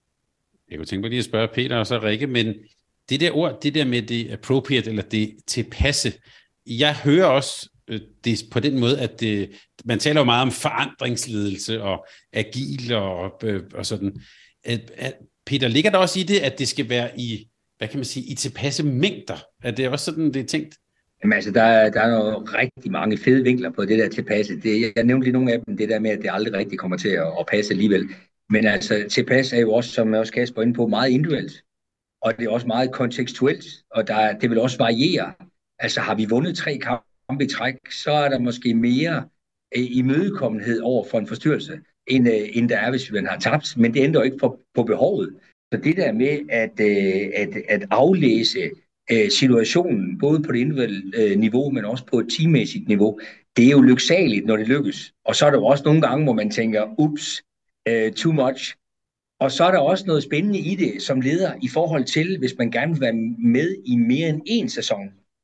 Jeg kunne tænke mig lige at spørge Peter og så Rikke, men det der ord, det der med det appropriate, eller det tilpasse, jeg hører også øh, det på den måde, at det, man taler jo meget om forandringsledelse og agil og, øh, og sådan. At, at, Peter, ligger der også i det, at det skal være i, hvad kan man sige, i tilpasse mængder? Er det også sådan, det er tænkt? Jamen altså, der er, der er jo rigtig mange fede vinkler på det der tilpasse. Det, jeg nævnte lige nogle af dem, det der med, at det aldrig rigtig kommer til at, at passe alligevel. Men altså, tilpas er jo også, som også Kasper inde på, meget individuelt. Og det er også meget kontekstuelt, og der, det vil også variere. Altså, har vi vundet tre kampe i træk, så er der måske mere øh, imødekommenhed over for en forstyrrelse, end, øh, end der er, hvis man har tabt. Men det ændrer jo ikke på, på behovet. Så det der med at, øh, at, at aflæse øh, situationen, både på det individuelle øh, niveau, men også på et teammæssigt niveau, det er jo lyksaligt, når det lykkes. Og så er der jo også nogle gange, hvor man tænker, ups, uh, too much. Og så er der også noget spændende i det som leder i forhold til, hvis man gerne vil være med i mere end en sæson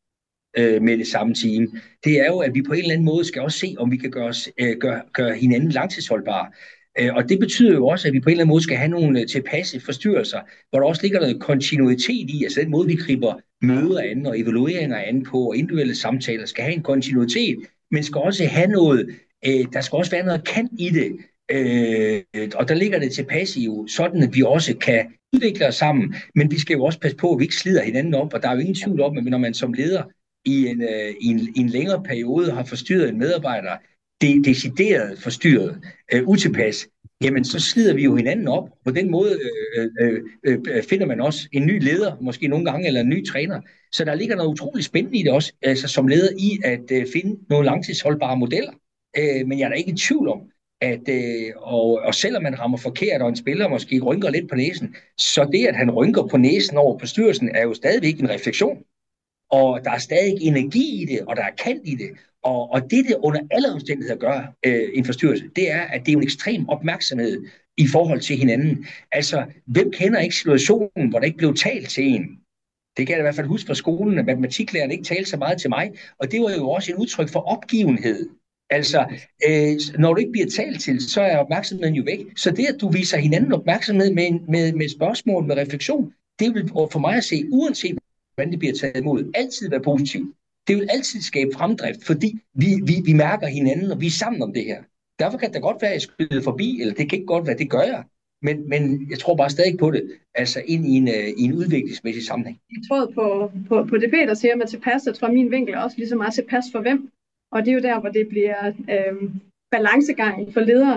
øh, med det samme team. Det er jo, at vi på en eller anden måde skal også se, om vi kan gøre, os, øh, gøre, gøre hinanden langtidsholdbare. Øh, og det betyder jo også, at vi på en eller anden måde skal have nogle øh, tilpasse forstyrrelser, hvor der også ligger noget kontinuitet i, altså den måde, vi griber møder an og evalueringer an på, og individuelle samtaler skal have en kontinuitet, men skal også have noget, øh, der skal også være noget kant i det. Øh, og der ligger det tilpas jo sådan, at vi også kan udvikle os sammen, men vi skal jo også passe på, at vi ikke slider hinanden op, og der er jo ingen tvivl om, at når man som leder i en, øh, i en, i en længere periode har forstyrret en medarbejder, det decideret forstyrret, øh, utilpas, jamen så slider vi jo hinanden op. På den måde øh, øh, øh, finder man også en ny leder, måske nogle gange, eller en ny træner. Så der ligger noget utroligt spændende i det også, altså som leder i at øh, finde nogle langtidsholdbare modeller. Øh, men jeg er da ikke i tvivl om, at øh, og, og selvom man rammer forkert, og en spiller måske rynker lidt på næsen, så det, at han rynker på næsen over på styrelsen, er jo stadigvæk en refleksion. Og der er stadig energi i det, og der er kant i det. Og, og det, det under alle omstændigheder gør øh, en forstyrrelse, det er, at det er en ekstrem opmærksomhed i forhold til hinanden. Altså, hvem kender ikke situationen, hvor der ikke blev talt til en? Det kan jeg i hvert fald huske fra skolen, at matematiklæreren ikke talte så meget til mig, og det var jo også et udtryk for opgivenhed. Altså, øh, når du ikke bliver talt til, så er opmærksomheden jo væk. Så det, at du viser hinanden opmærksomhed med, med, med spørgsmål, med refleksion, det vil for mig at se, uanset hvordan det bliver taget imod, altid være positivt. Det vil altid skabe fremdrift, fordi vi, vi, vi mærker hinanden, og vi er sammen om det her. Derfor kan det godt være, at jeg skyder forbi, eller det kan ikke godt være, det gør jeg. Men, men jeg tror bare stadig på det, altså ind i en, i en udviklingsmæssig sammenhæng. Jeg tror på, på, på det, Peter siger med tilpas, jeg tror min vinkel er også lige så meget tilpas for hvem. Og det er jo der, hvor det bliver øh, balancegangen for lederen.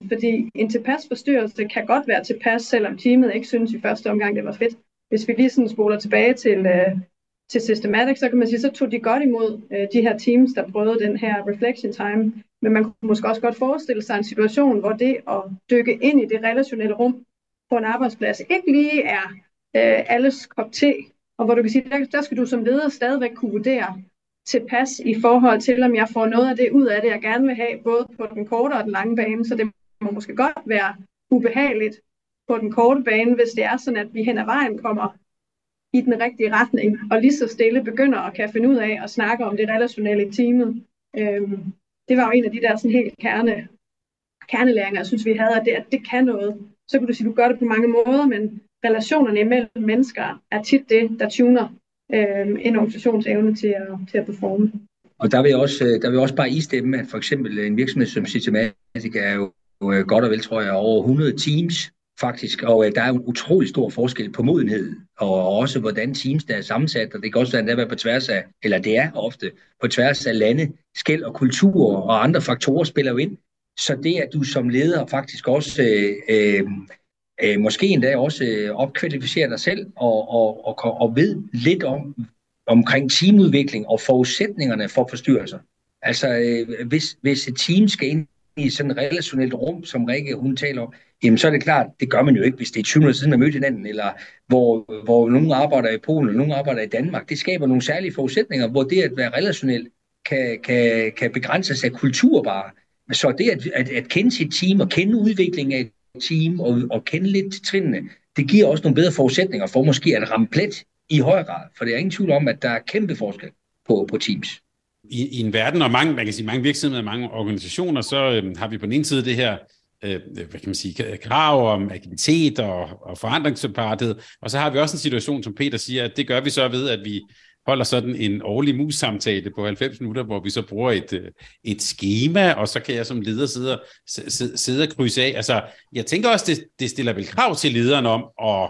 Fordi en tilpas forstyrrelse kan godt være tilpas, selvom teamet ikke synes i første omgang, det var fedt. Hvis vi lige sådan spoler tilbage til, øh, til Systematic, så kan man sige, så tog de godt imod øh, de her teams, der prøvede den her reflection time. Men man kunne måske også godt forestille sig en situation, hvor det at dykke ind i det relationelle rum på en arbejdsplads ikke lige er øh, alles kop te. Og hvor du kan sige, der, der skal du som leder stadigvæk kunne vurdere tilpas i forhold til, om jeg får noget af det ud af det, jeg gerne vil have, både på den korte og den lange bane. Så det må måske godt være ubehageligt på den korte bane, hvis det er sådan, at vi hen ad vejen kommer i den rigtige retning, og lige så stille begynder at kan finde ud af at snakke om det relationelle i teamet. Øhm, det var jo en af de der sådan helt kerne, kernelæringer, jeg synes, vi havde, at det, at det kan noget. Så kan du sige, at du gør det på mange måder, men relationerne imellem mennesker er tit det, der tuner øhm, en organisationsevne til at, til at performe. Og der vil jeg også, der vil jeg også bare istemme, at for eksempel en virksomhed som Systematic er jo godt og vel, tror jeg, over hundrede teams faktisk, og der er jo en utrolig stor forskel på modenhed, og også hvordan teams der er sammensat, og det kan også være, at det er på tværs af, eller det er ofte på tværs af lande, skel og kultur og andre faktorer spiller jo ind. Så det, at du som leder faktisk også øh, øh, måske endda også øh, opkvalificerer dig selv og, og, og, og ved lidt om omkring teamudvikling og forudsætningerne for forstyrrelser. Altså, øh, hvis, hvis et team skal ind i sådan et relationelt rum, som Rikke, hun taler om, jamen så er det klart, det gør man jo ikke, hvis det er tyve minutter siden, man mødte hinanden, eller hvor, hvor nogen arbejder i Polen, og nogen arbejder i Danmark. Det skaber nogle særlige forudsætninger, hvor det at være relationel kan, kan, kan begrænses af kultur bare. Så det at, at, at kende sit team, og kende udviklingen af et team, og, og kende lidt trinene, det giver også nogle bedre forudsætninger for måske at ramme plet i højere grad. For det er ingen tvivl om, at der er kæmpe forskel på, på teams. I, I en verden, og mange, man kan sige, mange virksomheder og mange organisationer, så øh, har vi på den ene side det her øh, hvad kan man sige, krav om agilitet og, og forandringsparthed, og så har vi også en situation, som Peter siger, at det gør vi så ved, at vi holder sådan en årlig mus-samtale på halvfems minutter, hvor vi så bruger et, et schema, og så kan jeg som leder sidde, sidde, sidde og krydse af. Altså, jeg tænker også, det, det stiller vel krav til lederen om at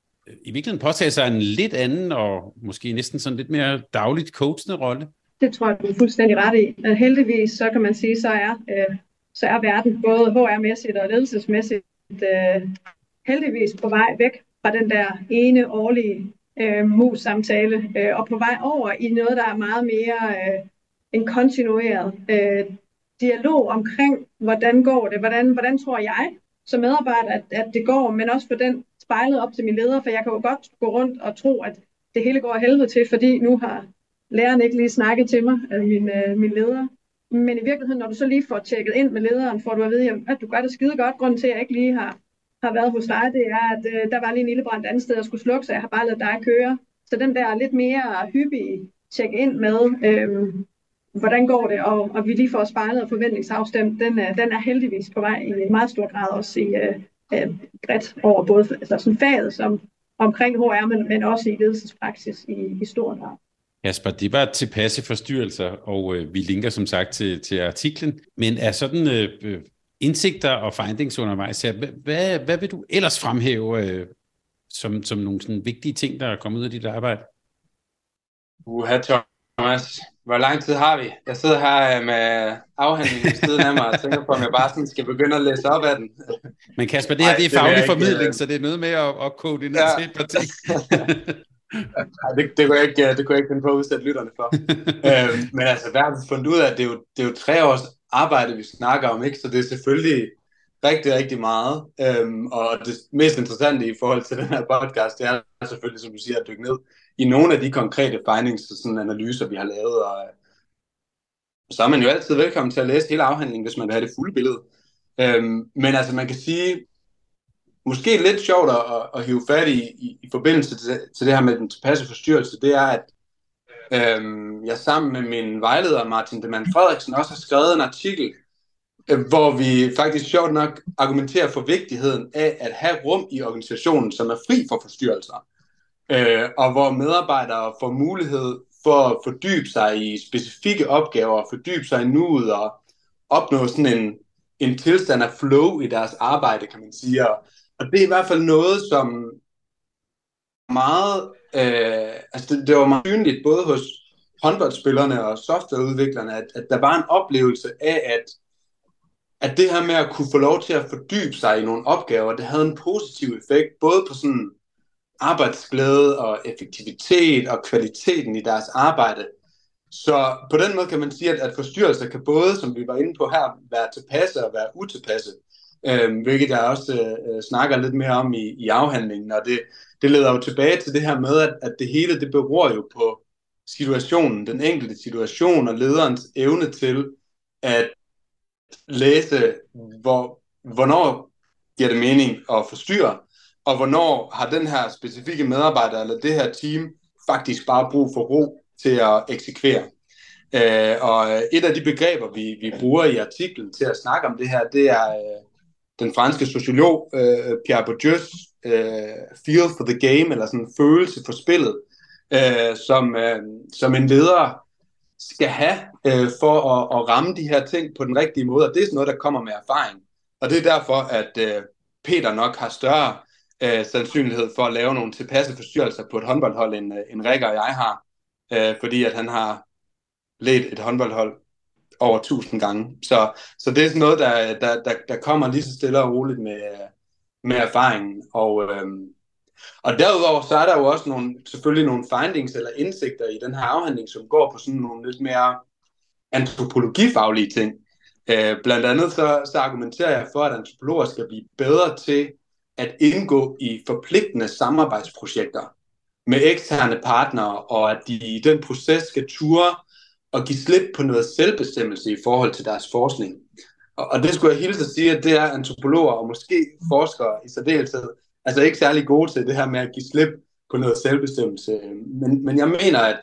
i virkeligheden påtage sig en lidt anden, og måske næsten sådan lidt mere dagligt coachende rolle. Det tror jeg, du er fuldstændig ret i. Heldigvis, så kan man sige, så er, øh, så er verden både H R-mæssigt og ledelsesmæssigt øh, heldigvis på vej væk fra den der ene årlige øh, mus-samtale, øh, og på vej over i noget, der er meget mere øh, en kontinueret øh, dialog omkring, hvordan går det, hvordan, hvordan tror jeg som medarbejder, at, at det går, men også for den spejlet op til min leder, for jeg kan jo godt gå rundt og tro, at det hele går af helvede til, fordi nu har læreren ikke lige snakket til mig, min, øh, min leder. Men i virkeligheden, når du så lige får tjekket ind med lederen, får du at vide, at du gør det skide godt. Grunden til, at jeg ikke lige har, har været hos dig, det er, at øh, der var lige en lille brand andet sted, jeg skulle slukke, så jeg har bare ladet dig køre. Så den der lidt mere hyppige tjekke ind med, øh, hvordan går det, og, og vi lige får spejlet og forventningsafstemt, den, øh, den er heldigvis på vej i meget stor grad også i øh, øh, bredt over både altså sådan faget som omkring H R, men, men også i ledelsespraksis i, i stor grad. Kasper, det var tilpasse forstyrrelser, og øh, vi linker som sagt til, til artiklen. Men er sådan øh, indsigter og findings undervejs her, hvad, hvad vil du ellers fremhæve øh, som, som nogle sådan vigtige ting, der er kommet ud af dit arbejde? Uha, Thomas. Hvor lang tid har vi? Jeg sidder her med afhandlingen ved siden af mig og tænker på, om jeg bare sådan skal begynde at læse op af den. Men Kasper, det her det er faglig formidling, ikke, så det er noget med at, at kode ind ja. til et par ting. Nej, det, det, kunne jeg ikke, det kunne jeg ikke finde på at udsætte lytterne for. øhm, men altså, hvad har vi fundet ud af? Det er, jo, det er jo tre års arbejde, vi snakker om, ikke? Så det er selvfølgelig rigtig, rigtig meget. Øhm, og det mest interessante i forhold til den her podcast, det er selvfølgelig, som du siger, at dykke ned i nogle af de konkrete findings og sådan analyser, vi har lavet. Og så er man jo altid velkommen til at læse hele afhandlingen, hvis man vil have det fulde billede. Øhm, men altså, man kan sige, måske lidt sjovt at, at hive fat i, i, i forbindelse til, til det her med den tilpasse forstyrrelse, det er, at øhm, jeg sammen med min vejleder Martin Demann Frederiksen også har skrevet en artikel, øh, hvor vi faktisk sjovt nok argumenterer for vigtigheden af at have rum i organisationen, som er fri for forstyrrelser, øh, og hvor medarbejdere får mulighed for at fordybe sig i specifikke opgaver, fordybe sig i nuet og opnå sådan en, en tilstand af flow i deres arbejde, kan man sige. Og, og det er i hvert fald noget, som meget, øh, altså det, det var meget synligt, både hos håndboldspillerne og softwareudviklerne, at, at der var en oplevelse af, at, at det her med at kunne få lov til at fordybe sig i nogle opgaver, det havde en positiv effekt, både på sådan arbejdsglæde og effektivitet og kvaliteten i deres arbejde. Så på den måde kan man sige, at, at forstyrrelser kan både, som vi var inde på her, være tilpasse og være utilpasse, øhm, hvilket jeg også øh, snakker lidt mere om i, i afhandlingen, og det, det leder jo tilbage til det her med, at, at det hele det beror jo på situationen, den enkelte situation og lederens evne til at læse, hvor, hvornår giver det mening at forstyrre, og hvornår har den her specifikke medarbejder eller det her team faktisk bare brug for ro til at eksekvere. Øh, og et af de begreber, vi, vi bruger i artiklen til at snakke om det her, det er øh, den franske sociolog øh, Pierre Bourdieu's øh, feel for the game, eller sådan en følelse for spillet, øh, som, øh, som en leder skal have øh, for at, at ramme de her ting på den rigtige måde, og det er sådan noget, der kommer med erfaring. Og det er derfor, at øh, Peter nok har større øh, sandsynlighed for at lave nogle tilpasse forstyrrelser på et håndboldhold, end, øh, end Rikke og jeg har, øh, fordi at han har ledt et håndboldhold over tusind gange. Så, så det er sådan noget, der, der, der, der kommer lige så stille og roligt med, med erfaringen. Og, øhm, og derudover så er der jo også nogle, selvfølgelig nogle findings eller indsigter i den her afhandling, som går på sådan nogle lidt mere antropologifaglige ting. Øh, blandt andet så, så argumenterer jeg for, at antropologer skal blive bedre til at indgå i forpligtende samarbejdsprojekter med eksterne partnere, og at de i den proces skal ture og give slip på noget selvbestemmelse i forhold til deres forskning. Og, og det skulle jeg hilse at sige, at det er antropologer og måske forskere i særdeleshed, altså ikke særlig gode til det her med at give slip på noget selvbestemmelse. Men, men jeg mener, at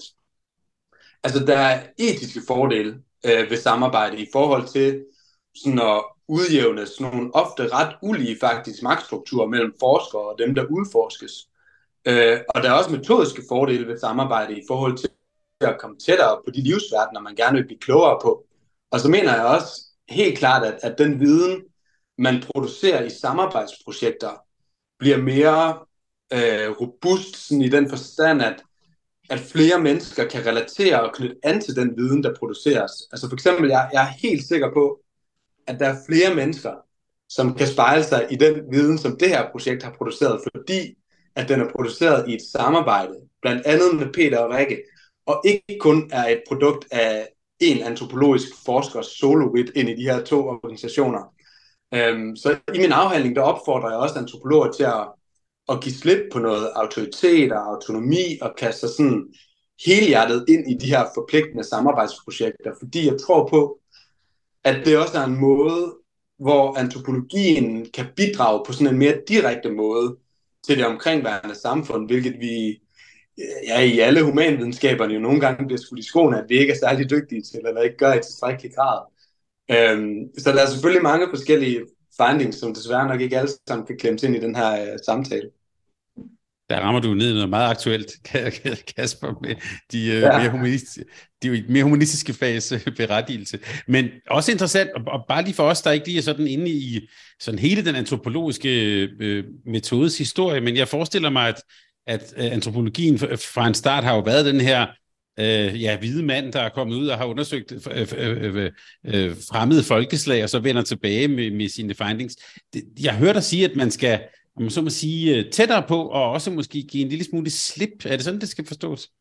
altså, der er etiske fordele øh, ved samarbejde i forhold til sådan at udjævne sådan nogle ofte ret ulige faktisk magtstrukturer mellem forskere og dem, der udforskes. Øh, og der er også metodiske fordele ved samarbejde i forhold til at komme tættere på de livsverdener, man gerne vil blive klogere på. Og så mener jeg også helt klart, at, at den viden, man producerer i samarbejdsprojekter, bliver mere øh, robust sådan i den forstand, at, at flere mennesker kan relatere og knytte an til den viden, der produceres. Altså for eksempel, jeg, jeg er helt sikker på, at der er flere mennesker, som kan spejle sig i den viden, som det her projekt har produceret, fordi at den er produceret i et samarbejde, blandt andet med Peter og Rikke, og ikke kun er et produkt af en antropologisk forskers solo-wit ind i de her to organisationer. Øhm, så i min afhandling, der opfordrer jeg også antropologer til at, at give slip på noget autoritet og autonomi, og kaste sig sådan helhjertet ind i de her forpligtende samarbejdsprojekter, fordi jeg tror på, at det også er en måde, hvor antropologien kan bidrage på sådan en mere direkte måde til det omkringværende samfund, hvilket vi ja, i alle humanvidenskaberne jo nogle gange bliver skudt i skoene, at vi ikke er særlig dygtige til, eller ikke gør i tilstrækkelig grad. Øhm, så der er selvfølgelig mange forskellige findings, som desværre nok ikke alle sammen kan klemmes ind i den her uh, samtale. Der rammer du ned i noget meget aktuelt, Kasper, med de, uh, ja. mere, humanistiske, de mere humanistiske fags berettigelse. Men også interessant, og bare lige for os, der ikke lige er sådan inde i sådan hele den antropologiske øh, metodes historie, men jeg forestiller mig, at at antropologien fra en start har jo været den her øh, ja, hvide mand, der er kommet ud og har undersøgt øh, øh, øh, fremmede folkeslag, og så vender tilbage med, med sine findings. Det, jeg hørte dig sige, at man skal, om man så må sige, tættere på, og også måske give en lille smule slip. Er det sådan, det skal forstås?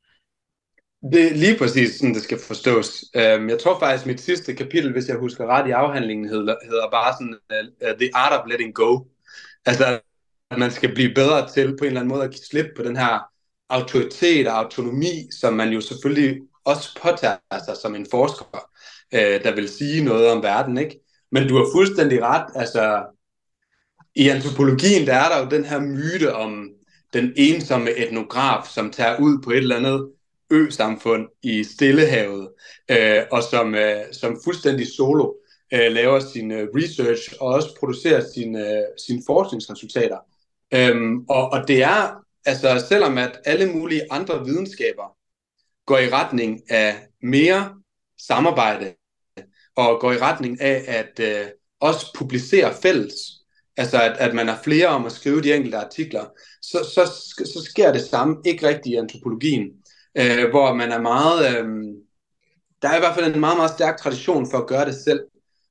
Det er lige præcis sådan, det skal forstås. Jeg tror faktisk, mit sidste kapitel, hvis jeg husker ret i afhandlingen, hedder, hedder bare sådan, uh, The Art of Letting Go. Altså, at man skal blive bedre til på en eller anden måde at give slip på den her autoritet og autonomi, som man jo selvfølgelig også påtager sig som en forsker, øh, der vil sige noget om verden, ikke? Men du har fuldstændig ret, altså i antropologien, der er der jo den her myte om den ensomme etnograf, som tager ud på et eller andet ø-samfund i Stillehavet, øh, og som, øh, som fuldstændig solo øh, laver sin øh, research og også producerer sine, øh, sine forskningsresultater. Øhm, og, og det er, altså selvom at alle mulige andre videnskaber går i retning af mere samarbejde, og går i retning af at øh, også publicere fælles, altså at, at man er flere om at skrive de enkelte artikler, så, så, så sker det samme ikke rigtigt i antropologien, øh, hvor man er meget, øh, der er i hvert fald en meget, meget stærk tradition for at gøre det selv.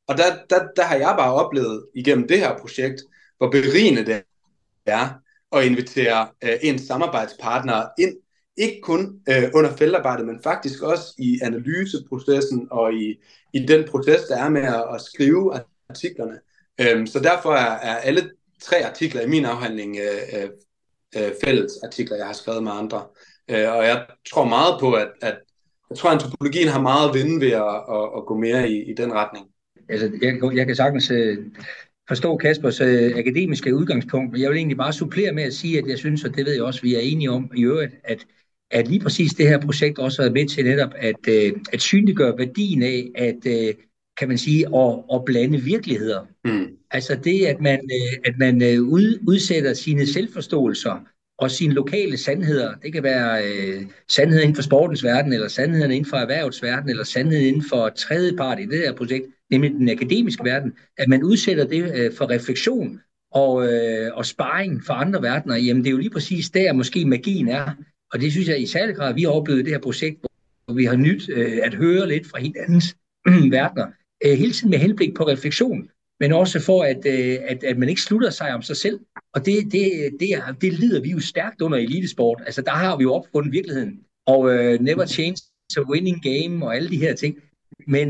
Og der, der, der har jeg bare oplevet igennem det her projekt, hvor berigende det er at invitere øh, ens samarbejdspartnere ind, ikke kun øh, under feltarbejdet, men faktisk også i analyseprocessen og i, i den proces, der er med at, at skrive artiklerne. Øhm, så derfor er, er alle tre artikler i min afhandling øh, øh, fælles artikler, jeg har skrevet med andre. Øh, og jeg tror meget på, at, at jeg tror, at antropologien har meget at vinde ved at, at, at gå mere i, i den retning. Altså, jeg, jeg kan sagtens øh, forstå Kaspers øh, akademiske udgangspunkt, men jeg vil egentlig bare supplere med at sige, at jeg synes, og det ved jeg også, vi er enige om i øvrigt, at, at lige præcis det her projekt også er med til netop at, øh, at synliggøre værdien af, at øh, kan man sige, at, at blande virkeligheder. Mm. Altså det, at man, øh, at man øh, ud, udsætter sine selvforståelser og sine lokale sandheder. Det kan være øh, sandheder inden for sportens verden, eller sandheder inden for erhvervets verden, eller sandheder inden for tredjepart i det her projekt, nemlig den akademiske verden. At man udsætter det øh, for refleksion og, øh, og sparring for andre verdener. Jamen det er jo lige præcis der, måske magien er. Og det synes jeg i særlig grad, vi har oplevet det her projekt, hvor vi har nyt øh, at høre lidt fra hinandens øh, verdener. Øh, hele tiden med henblik på refleksion, men også for, at, øh, at, at man ikke slutter sig om sig selv. Og det, det, det, det lider vi jo stærkt under elitesport. Altså der har vi jo opfundet virkeligheden. Og øh, never change a winning game og alle de her ting. Men,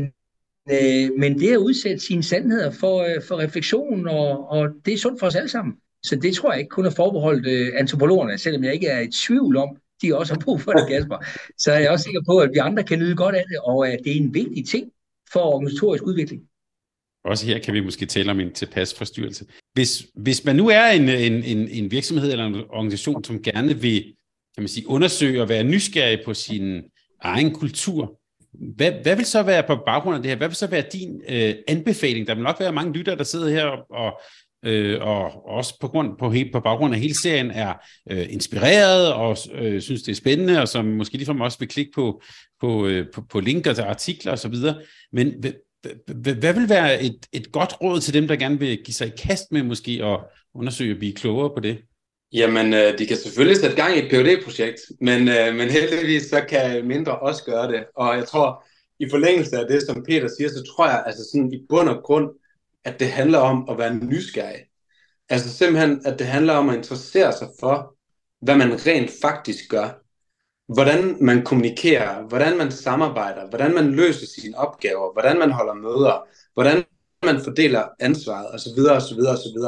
øh, men det at udsætte sine sandheder for, øh, for refleksion, og, og det er sundt for os alle sammen. Så det tror jeg ikke kun er forbeholdt øh, antropologerne, selvom jeg ikke er i tvivl om, de også har brug for det, Kasper. Så er jeg også sikker på, at vi andre kan nyde godt af det, og at det er en vigtig ting for organisatorisk udvikling. Også her kan vi måske tale om en tilpas forstyrrelse. Hvis, hvis man nu er en, en, en, en virksomhed eller en organisation, som gerne vil, kan man sige, undersøge og være nysgerrig på sin egen kultur, hvad, hvad vil så være på baggrund af det her? Hvad vil så være din øh, anbefaling? Der vil nok være mange lyttere, der sidder her og, øh, og også på, grund, på, på baggrund af hele serien er øh, inspireret og øh, synes, det er spændende, og som måske ligefrem også vil klikke på, på, øh, på, på linker til artikler osv. Men hvad vil være et, et godt råd til dem, der gerne vil give sig i kast med måske at undersøge og blive klogere på det? Jamen, de kan selvfølgelig sætte gang i et P H D-projekt, men, men heldigvis så kan mindre også gøre det. Og jeg tror, i forlængelse af det, som Peter siger, så tror jeg altså sådan i bund og grund, at det handler om at være nysgerrig. Altså simpelthen, at det handler om at interessere sig for, hvad man rent faktisk gør. Hvordan man kommunikerer, hvordan man samarbejder, hvordan man løser sine opgaver, hvordan man holder møder, hvordan man fordeler ansvaret osv. osv. osv.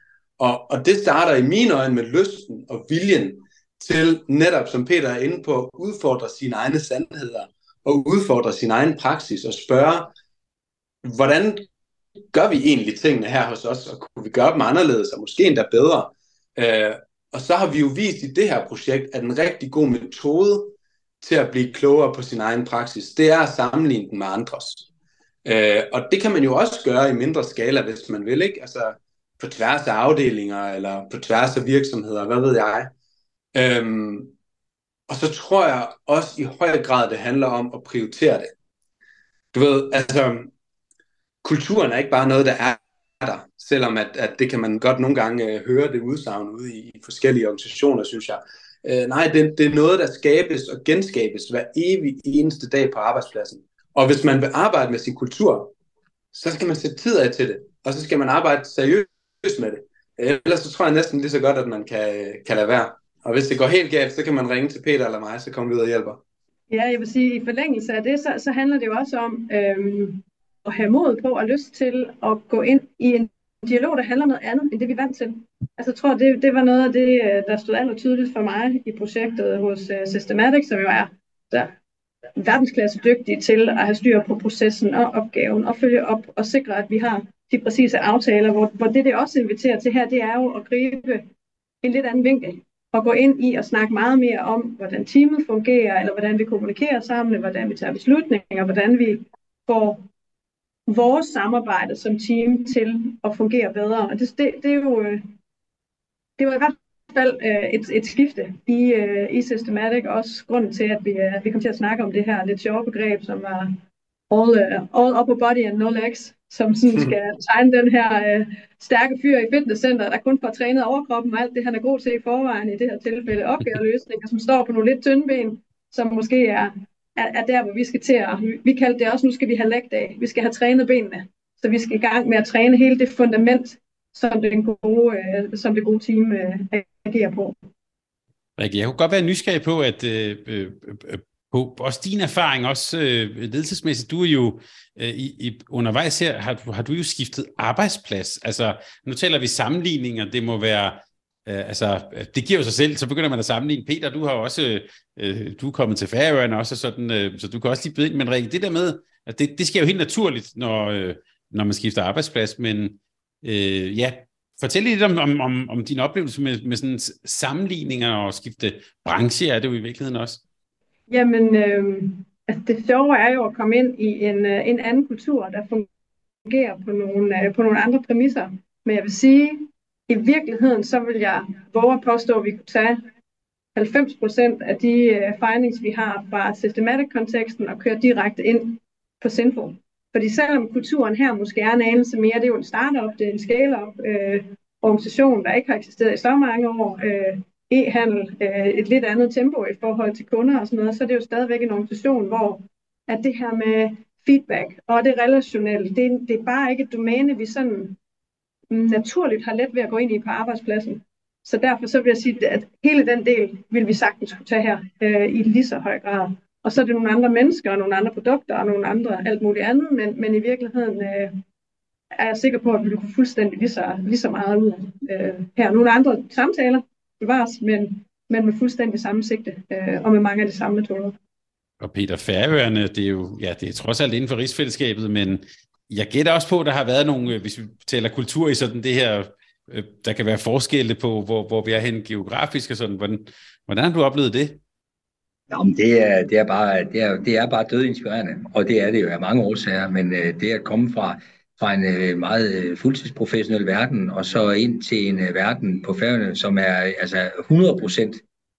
Og, og det starter i mine øjne med lysten og viljen til netop, som Peter er inde på, at udfordre sine egne sandheder og udfordre sin egen praksis og spørge, hvordan gør vi egentlig tingene her hos os, og kunne vi gøre dem anderledes og måske endda bedre? Øh, og så har vi jo vist i det her projekt, at en rigtig god metode til at blive klogere på sin egen praksis, det er at sammenligne den med andres. Øh, og det kan man jo også gøre i mindre skala, hvis man vil, ikke? Altså på tværs af afdelinger, eller på tværs af virksomheder, hvad ved jeg. Øhm, og så tror jeg også i høj grad, det handler om at prioritere det. Du ved, altså, kulturen er ikke bare noget, der er der, selvom at, at det kan man godt nogle gange øh, høre det udsagn ude i, i forskellige organisationer, synes jeg. Øh, nej, det, det er noget, der skabes og genskabes hver evig eneste dag på arbejdspladsen. Og hvis man vil arbejde med sin kultur, så skal man sætte tid af til det, og så skal man arbejde seriøst med det. Ellers så tror jeg næsten lige så godt, at man kan, kan lade være. Og hvis det går helt galt, så kan man ringe til Peter eller mig, så kommer vi ud og hjælper. Ja, jeg vil sige, i forlængelse af det, så, så handler det jo også om øhm, at have mod på og lyst til at gå ind i en dialog, der handler noget andet, end det vi er vant til. Altså jeg tror, det, det var noget af det, der stod aller tydeligt for mig i projektet hos uh, Systematic, som jo er der, verdensklasse dygtige til at have styr på processen og opgaven og følge op og sikre, at vi har de præcise aftaler, hvor, hvor det, det også inviterer til her, det er jo at gribe en lidt anden vinkel og gå ind i og snakke meget mere om, hvordan teamet fungerer, eller hvordan vi kommunikerer sammen, hvordan vi tager beslutninger, hvordan vi får vores samarbejde som team til at fungere bedre. Og det, det, det er jo det var i hvert fald et, et skifte i, i Systematic, også grunden til, at vi, vi kom til at snakke om det her lidt sjove begreb, som var all, all upper body and no legs, som sådan skal tegne den her øh, stærke fyr i fitnesscenter, der kun får trænet overkroppen og alt det, han er god til i forvejen, i det her tilfælde opgaveløsninger, som står på nogle lidt tynde ben, som måske er, er, er der, hvor vi skal til at, vi kaldte det også, nu skal vi have leg day, vi skal have trænet benene, Så vi skal i gang med at træne hele det fundament, som det gode, øh, som det gode team øh, agerer på. Rikke, jeg kunne godt være nysgerrig på, at øh, øh, på også din erfaring, også øh, ledelsesmæssigt, du er jo øh, i, i, undervejs her, har, har du jo skiftet arbejdsplads. Altså, nu taler vi sammenligninger, det må være, øh, altså, det giver jo sig selv, så begynder man at sammenligne. Peter, du har også, øh, du er kommet til Færøerne også, sådan, øh, så du kan også lige byde ind, men Rikke, det der med, at det, det sker jo helt naturligt, når, øh, når man skifter arbejdsplads, men øh, ja, fortæl lidt om, om, om, om din oplevelse med, med sådan sammenligninger og skifte branche, er det jo i virkeligheden også? Jamen, øh, altså det sjove er jo at komme ind i en, øh, en anden kultur, der fungerer på nogle, øh, på nogle andre præmisser. Men jeg vil sige, i virkeligheden, så vil jeg våge at påstå, at vi kunne tage halvfems procent af de øh, findings, vi har fra systematic-konteksten og køre direkte ind på Zinfo. Fordi selvom kulturen her måske er en anelse mere, det er jo en startup, det er en scale-up øh, organisation, der ikke har eksisteret i så mange år, øh, e-handel, øh, et lidt andet tempo i forhold til kunder og sådan noget, så er det jo stadigvæk en organisation, hvor at det her med feedback og det relationelle, det, det er bare ikke et domæne, vi sådan naturligt har let ved at gå ind i på arbejdspladsen. Så derfor så vil jeg sige, at hele den del vil vi sagtens kunne tage her øh, i lige så høj grad. Og så er det nogle andre mennesker og nogle andre produkter og nogle andre alt muligt andet, men, men i virkeligheden øh, er jeg sikker på, at vi vil kunne fuldstændig lige så, lige så meget ud af øh, her. Nogle andre samtaler bevares, men, men med fuldstændig samme sigte øh, og med mange af de samme metoder. Og Peter, Færøerne, det er jo ja, det er trods alt inden for rigsfællesskabet, men jeg gætter også på, at der har været nogle, hvis vi taler kultur i sådan det her, øh, der kan være forskelle på, hvor, hvor vi er hen geografisk og sådan. Hvordan, hvordan har du oplevet det? Jamen, det er, det er bare, det er, det er bare dødinspirerende, og det er det jo af mange årsager, men øh, det at komme fra, fra en øh, meget fuldtidsprofessionel verden, og så ind til en øh, verden på Færøerne, som er altså hundrede procent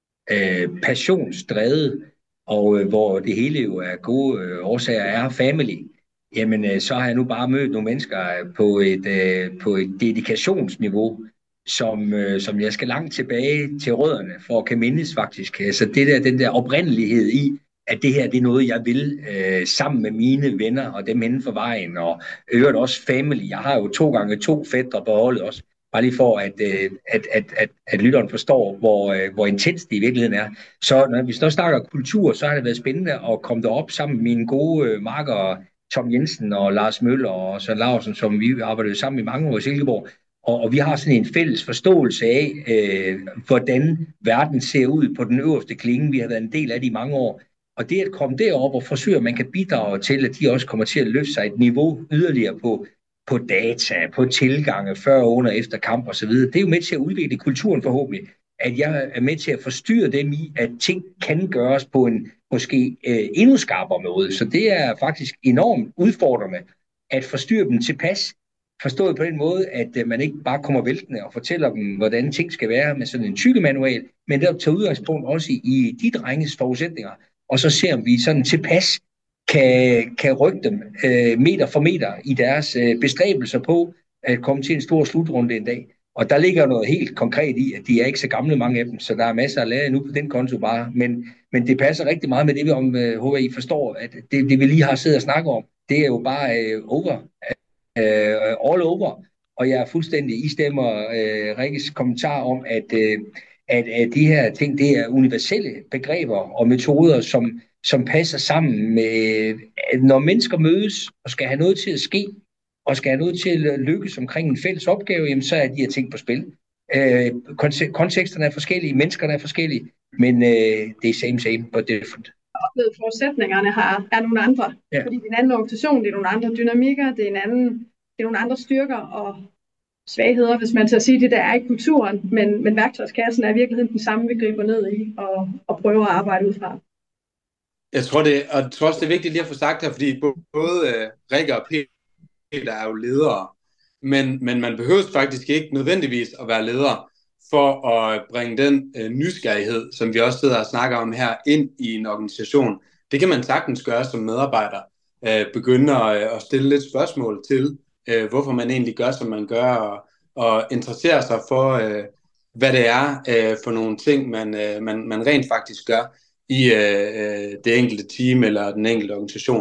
øh, passionsdrevet, og øh, hvor det hele jo af gode øh, årsager er family, jamen øh, så har jeg nu bare mødt nogle mennesker på et, øh, på et dedikationsniveau, som, øh, som jeg skal langt tilbage til rødderne for at kan mindes faktisk. Så det der, den der oprindelighed i, at det her det er noget, jeg vil øh, sammen med mine venner og dem inden for vejen, og øvrigt også family. Jeg har jo to gange to fætre på holdet også, bare lige for at, øh, at, at, at, at lytteren forstår, hvor, øh, hvor intens det i virkeligheden er. Så når vi så snakker kultur, så har det været spændende at komme derop sammen med mine gode øh, markere, Tom Jensen og Lars Møller og Søren Larsen, som vi arbejdede sammen i mange år i Silkeborg. Og, og vi har sådan en fælles forståelse af, øh, hvordan verden ser ud på den øverste klinge. Vi har været en del af det i mange år. Og det at komme derop og forsøge, at man kan bidrage til, at de også kommer til at løfte sig et niveau yderligere på, på data, på tilgange, før, under, efter kamp osv., det er jo med til at udvikle kulturen forhåbentlig. At jeg er med til at forstyrre dem i, at ting kan gøres på en måske øh, endnu skarpere måde. Så det er faktisk enormt udfordrende at forstyrre dem tilpas. Forstået på den måde, at øh, man ikke bare kommer væltende og fortæller dem, hvordan ting skal være med sådan en tykkemanual, men der tager udgangspunkt også i, i de drenges forudsætninger, og så ser om vi sådan tilpas kan, kan rykke dem øh, meter for meter i deres øh, bestræbelser på at komme til en stor slutrunde en dag. Og der ligger noget helt konkret i, at de er ikke så gamle, mange af dem, så der er masser at lære nu på den konto bare. Men, men det passer rigtig meget med det, vi om H V I forstår, at det, det vi lige har siddet og snakket om, det er jo bare uh, over, uh, all over. Og jeg er fuldstændig istemmer uh, Rikkes kommentar om, at, uh, at, at de her ting, det er universelle begreber og metoder, som, som passer sammen med, når mennesker mødes og skal have noget til at ske, og skal have noget til at lykkes omkring en fælles opgave, jamen så er de her ting på spil. Øh, konteksterne er forskellige, menneskerne er forskellige, men øh, det er same, same, but different. Forudsætningerne har, er nogle andre, ja. Fordi det er en anden organisation, det er nogle andre dynamikker, det er, en anden, det er nogle andre styrker og svagheder, hvis man skal sige det, der er i kulturen, men, men værktøjskassen er i virkeligheden den samme, vi griber ned i og, og prøver at arbejde ud fra. Jeg tror, det, og jeg tror også, det er vigtigt lige at få sagt her, fordi både uh, Rikke og Peter der er jo ledere, men, men man behøver faktisk ikke nødvendigvis at være leder for at bringe den øh, nysgerrighed, som vi også sidder og snakker om her, ind i en organisation. Det kan man sagtens gøre som medarbejder. Øh, begynde at, at stille lidt spørgsmål til, øh, hvorfor man egentlig gør, som man gør, og, og interessere sig for, øh, hvad det er øh, for nogle ting, man, øh, man, man rent faktisk gør i øh, det enkelte team eller den enkelte organisation.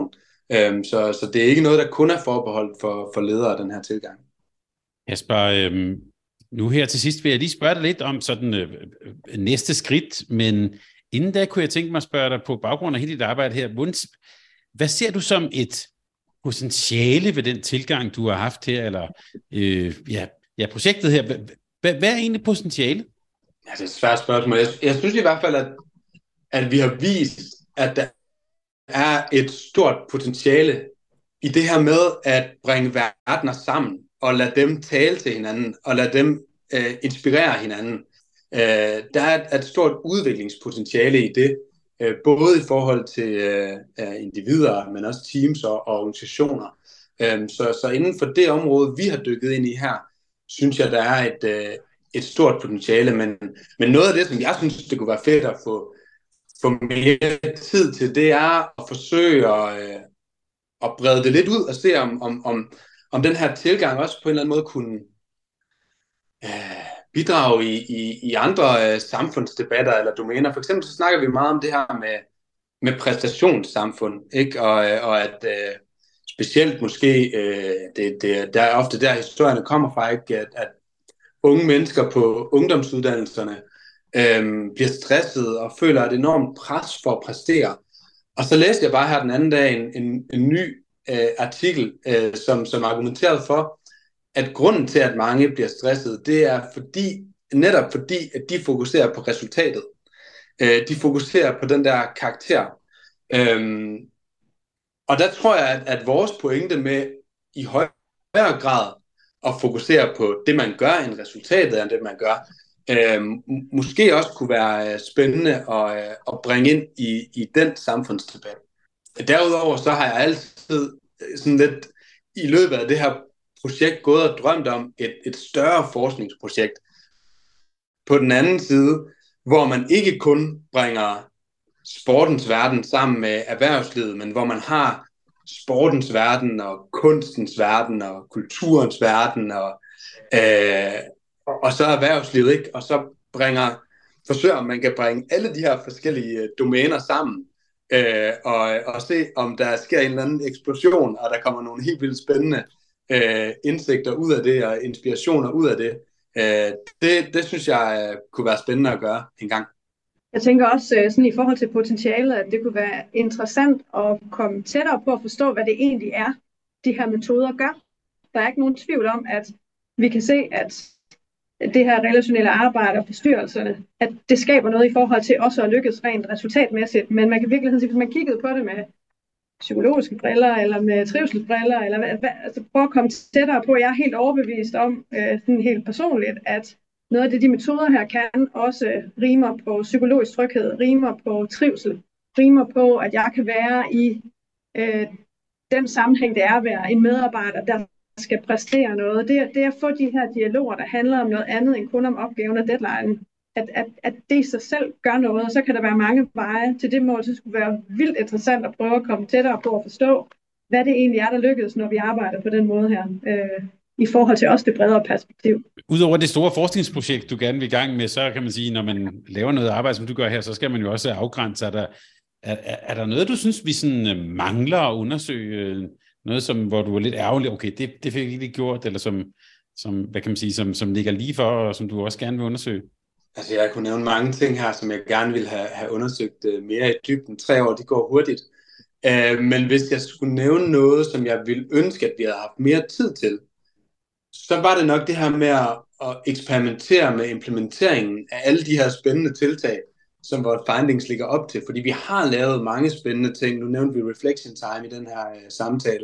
Øhm, så, så det er ikke noget, der kun er forbeholdt for, for ledere af den her tilgang. Kasper, øhm, nu her til sidst vil jeg lige spørge dig lidt om sådan øh, næste skridt, men inden da kunne jeg tænke mig at spørge dig på baggrund af hele dit arbejde her, hvad ser du som et potentiale ved den tilgang, du har haft her, eller øh, ja, ja, projektet her? Hvad, hvad er egentlig potentiale? Ja, det er et svært spørgsmål. Jeg, jeg synes i hvert fald, at, at vi har vist, at der er et stort potentiale i det her med at bringe verdener sammen, og lade dem tale til hinanden, og lade dem øh, inspirere hinanden. Øh, der er et, et stort udviklingspotentiale i det, øh, både i forhold til øh, individer, men også teams og, og organisationer. Øh, så, så inden for det område, vi har dykket ind i her, synes jeg, der er et, øh, et stort potentiale, men, men noget af det, som jeg synes, det kunne være fedt at få, få mere tid til, det er at forsøge at, øh, at brede det lidt ud og se, om, om, om, om den her tilgang også på en eller anden måde kunne øh, bidrage i, i, i andre øh, samfundsdebatter eller domæner. For eksempel så snakker vi meget om det her med, med præstationssamfund, ikke? Og, og at øh, specielt måske, øh, det, det, der er ofte der historierne kommer fra, ikke? At, at unge mennesker på ungdomsuddannelserne øh, bliver stresset og føler et enormt pres for at præstere. Og så læste jeg bare her den anden dag en, en, en ny øh, artikel, øh, som, som argumenterede for, at grunden til, at mange bliver stresset, det er fordi, netop fordi, at de fokuserer på resultatet. Øh, de fokuserer på den der karakter. Øhm, og der tror jeg, at, at vores pointe med i højere grad at fokusere på det, man gør, end resultatet end det, man gør, øh, måske også kunne være spændende at, at bringe ind i, i den samfundsdebat. Derudover så har jeg altid sådan lidt i løbet af det her projekt gået og drømt om et, et større forskningsprojekt på den anden side, hvor man ikke kun bringer sportens verden sammen med erhvervslivet, men hvor man har sportens verden og kunstens verden og kulturens verden og, øh, og så erhvervslivet, ikke? Og så bringer, forsøger, om man kan bringe alle de her forskellige domæner sammen øh, og, og se, om der sker en eller anden eksplosion, og der kommer nogle helt vildt spændende øh, indsigter ud af det og inspirationer ud af det. Øh, det. Det synes jeg kunne være spændende at gøre en gang. Jeg tænker også sådan i forhold til potentialet, at det kunne være interessant at komme tættere på at forstå, hvad det egentlig er, de her metoder gør. Der er ikke nogen tvivl om, at vi kan se, at det her relationelle arbejde og bestyrelserne, at det skaber noget i forhold til også at lykkes rent resultatmæssigt. Men man kan virkelig sige, hvis man kiggede på det med psykologiske briller eller med trivselsbriller, eller hvad, altså prøve at komme tættere på. Jeg er helt overbevist om, øh, sådan helt personligt, at noget af det, de metoder her kan, også rimer på psykologisk tryghed, rimer på trivsel, rimer på, at jeg kan være i øh, den sammenhæng, det er at være en medarbejder, der skal præstere noget. Det, det er at få de her dialoger, der handler om noget andet end kun om opgaven og deadline. At, at, at det i sig selv gør noget, og så kan der være mange veje til det mål. Så skulle være vildt interessant at prøve at komme tættere på at forstå, hvad det egentlig er, der lykkedes, når vi arbejder på den måde her. Øh, i forhold til også det bredere perspektiv. Udover det store forskningsprojekt, du gerne vil i gang med, så kan man sige, når man laver noget arbejde, som du gør her, så skal man jo også afgrænse. Er der, er, er der noget, du synes, vi sådan mangler at undersøge? Noget, som, hvor du er lidt ærgerlig, okay, det, det fik jeg ikke gjort, eller som, som, hvad kan man sige, som, som ligger lige for, og som du også gerne vil undersøge? Altså, jeg kunne nævne mange ting her, som jeg gerne vil have, have undersøgt mere i dybden. Tre år, de går hurtigt. Uh, men hvis jeg skulle nævne noget, som jeg ville ønske, at vi havde haft mere tid til, så var det nok det her med at, at eksperimentere med implementeringen af alle de her spændende tiltag, som vores findings ligger op til. Fordi vi har lavet mange spændende ting. Nu nævnte vi reflection time i den her uh, samtale.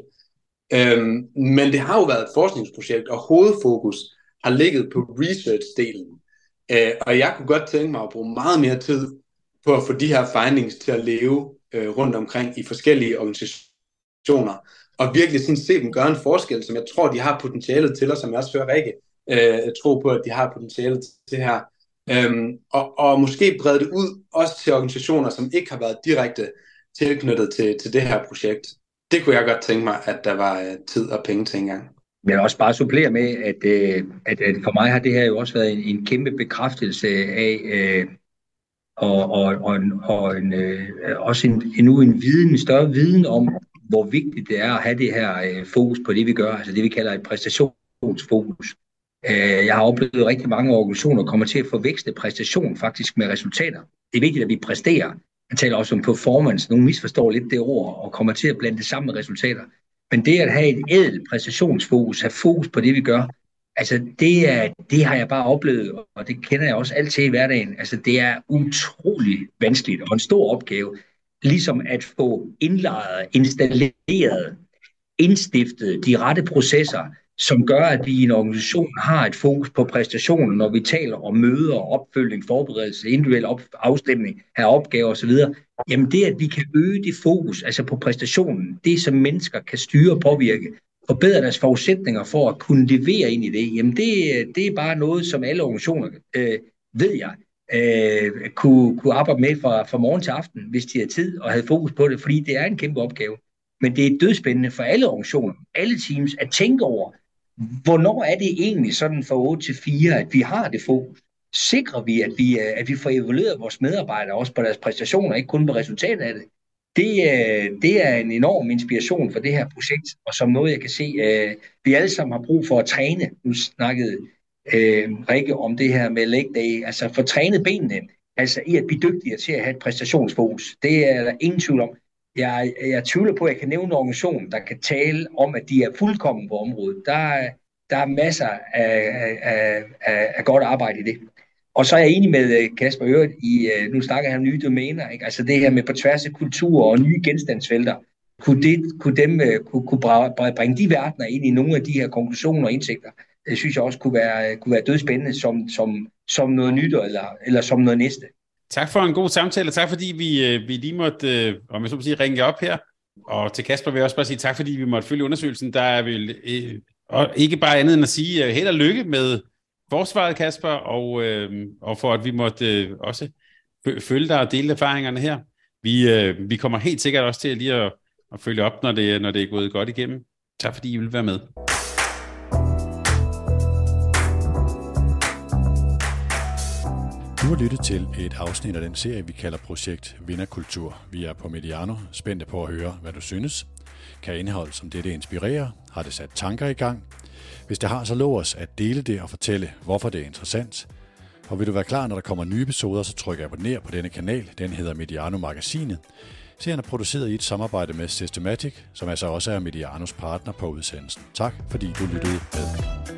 Um, men det har jo været et forskningsprojekt, og hovedfokus har ligget på research-delen. Uh, og jeg kunne godt tænke mig at bruge meget mere tid på at få de her findings til at leve uh, rundt omkring i forskellige organisationer. Og virkelig sådan se dem gøre en forskel, som jeg tror, de har potentialet til, og som jeg også hører Rikke øh, tro på, at de har potentialet til her. Øhm, og, og måske brede det ud også til organisationer, som ikke har været direkte tilknyttet til, til det her projekt. Det kunne jeg godt tænke mig, at der var øh, tid og penge til engang. Jeg vil også bare supplere med, at, øh, at, at for mig har det her jo også været en, en kæmpe bekræftelse af, øh, og, og, og, og en, øh, også en, endnu en viden, en større viden om, hvor vigtigt det er at have det her øh, fokus på det, vi gør, altså det, vi kalder et præstationsfokus. Øh, jeg har oplevet, at rigtig mange organisationer kommer til at forveksle præstation faktisk med resultater. Det er vigtigt, at vi præsterer. Man taler også om performance. Nogle misforstår lidt det ord og kommer til at blande det sammen med resultater. Men det at have et ædelt præstationsfokus, have fokus på det, vi gør, altså det, er, det har jeg bare oplevet, og det kender jeg også altid i hverdagen. Altså det er utrolig vanskeligt og en stor opgave, ligesom at få indlejret, installeret, indstiftet de rette processer, som gør, at vi i en organisation har et fokus på præstationen, når vi taler om møder, opfølgning, forberedelse, individuel op- afstemning af opgaver osv. Jamen det, at vi kan øge det fokus, altså på præstationen, det som mennesker kan styre og påvirke, forbedre deres forudsætninger for at kunne levere ind i det, jamen det, det er bare noget, som alle organisationer, øh, ved jeg, øh, kunne, kunne arbejde med fra, fra morgen til aften, hvis de havde tid og havde fokus på det, fordi det er en kæmpe opgave. Men det er dødspændende for alle organisationer, alle teams, at tænke over, hvornår er det egentlig sådan fra otte til fire, at vi har det fokus? Sikrer vi, at vi, at vi får evalueret vores medarbejdere også på deres præstationer, ikke kun på resultatet af det? Det, det er en enorm inspiration for det her projekt, og som noget, jeg kan se, vi alle sammen har brug for at træne. Nu snakkede øh, Rikke om det her med leg day, altså få trænet benene, altså i at blive dygtigere til at have et præstationsfokus. Det er der ingen tvivl om. Jeg, jeg tvivler på, at jeg kan nævne en organisation, der kan tale om, at de er fuldkommen på området. Der, der er masser af, af, af, af godt arbejde i det. Og så er jeg enig med Kasper Øvrigt i, nu snakker han om nye domæner, ikke? Altså det her med på tværs af kultur og nye genstandsfelter. Kunne, det, kunne dem kunne, kunne bringe de verdener ind i nogle af de her konklusioner og indsigter? Det synes jeg også kunne være, kunne være dødspændende som, som, som noget nyt eller, eller som noget næste. Tak for en god samtale, og tak fordi vi, vi lige måtte, om jeg så må sige, ringe op her. Og til Kasper vil jeg også bare sige tak, fordi vi måtte følge undersøgelsen. Der er vel og ikke bare andet end at sige held og lykke med forsvaret, Kasper, og, øh, og for at vi måtte øh, også følge dig og dele erfaringerne her. Vi, øh, vi kommer helt sikkert også til lige at, at følge op, når det, når det er gået godt igennem. Tak fordi I vil være med. Du har lyttet til et afsnit af den serie, vi kalder Projekt Vinderkultur. Vi er på Mediano, spændte på at høre, hvad du synes. Kan indhold som dette inspirere? Har det sat tanker i gang? Hvis det har, så lov os at dele det og fortælle, hvorfor det er interessant. Og vil du være klar, når der kommer nye episoder, så tryk abonner på denne kanal. Den hedder Mediano Magasinet. Serien er produceret i et samarbejde med Systematic, som altså også er Medianos partner på udsendelsen. Tak fordi du lyttede med.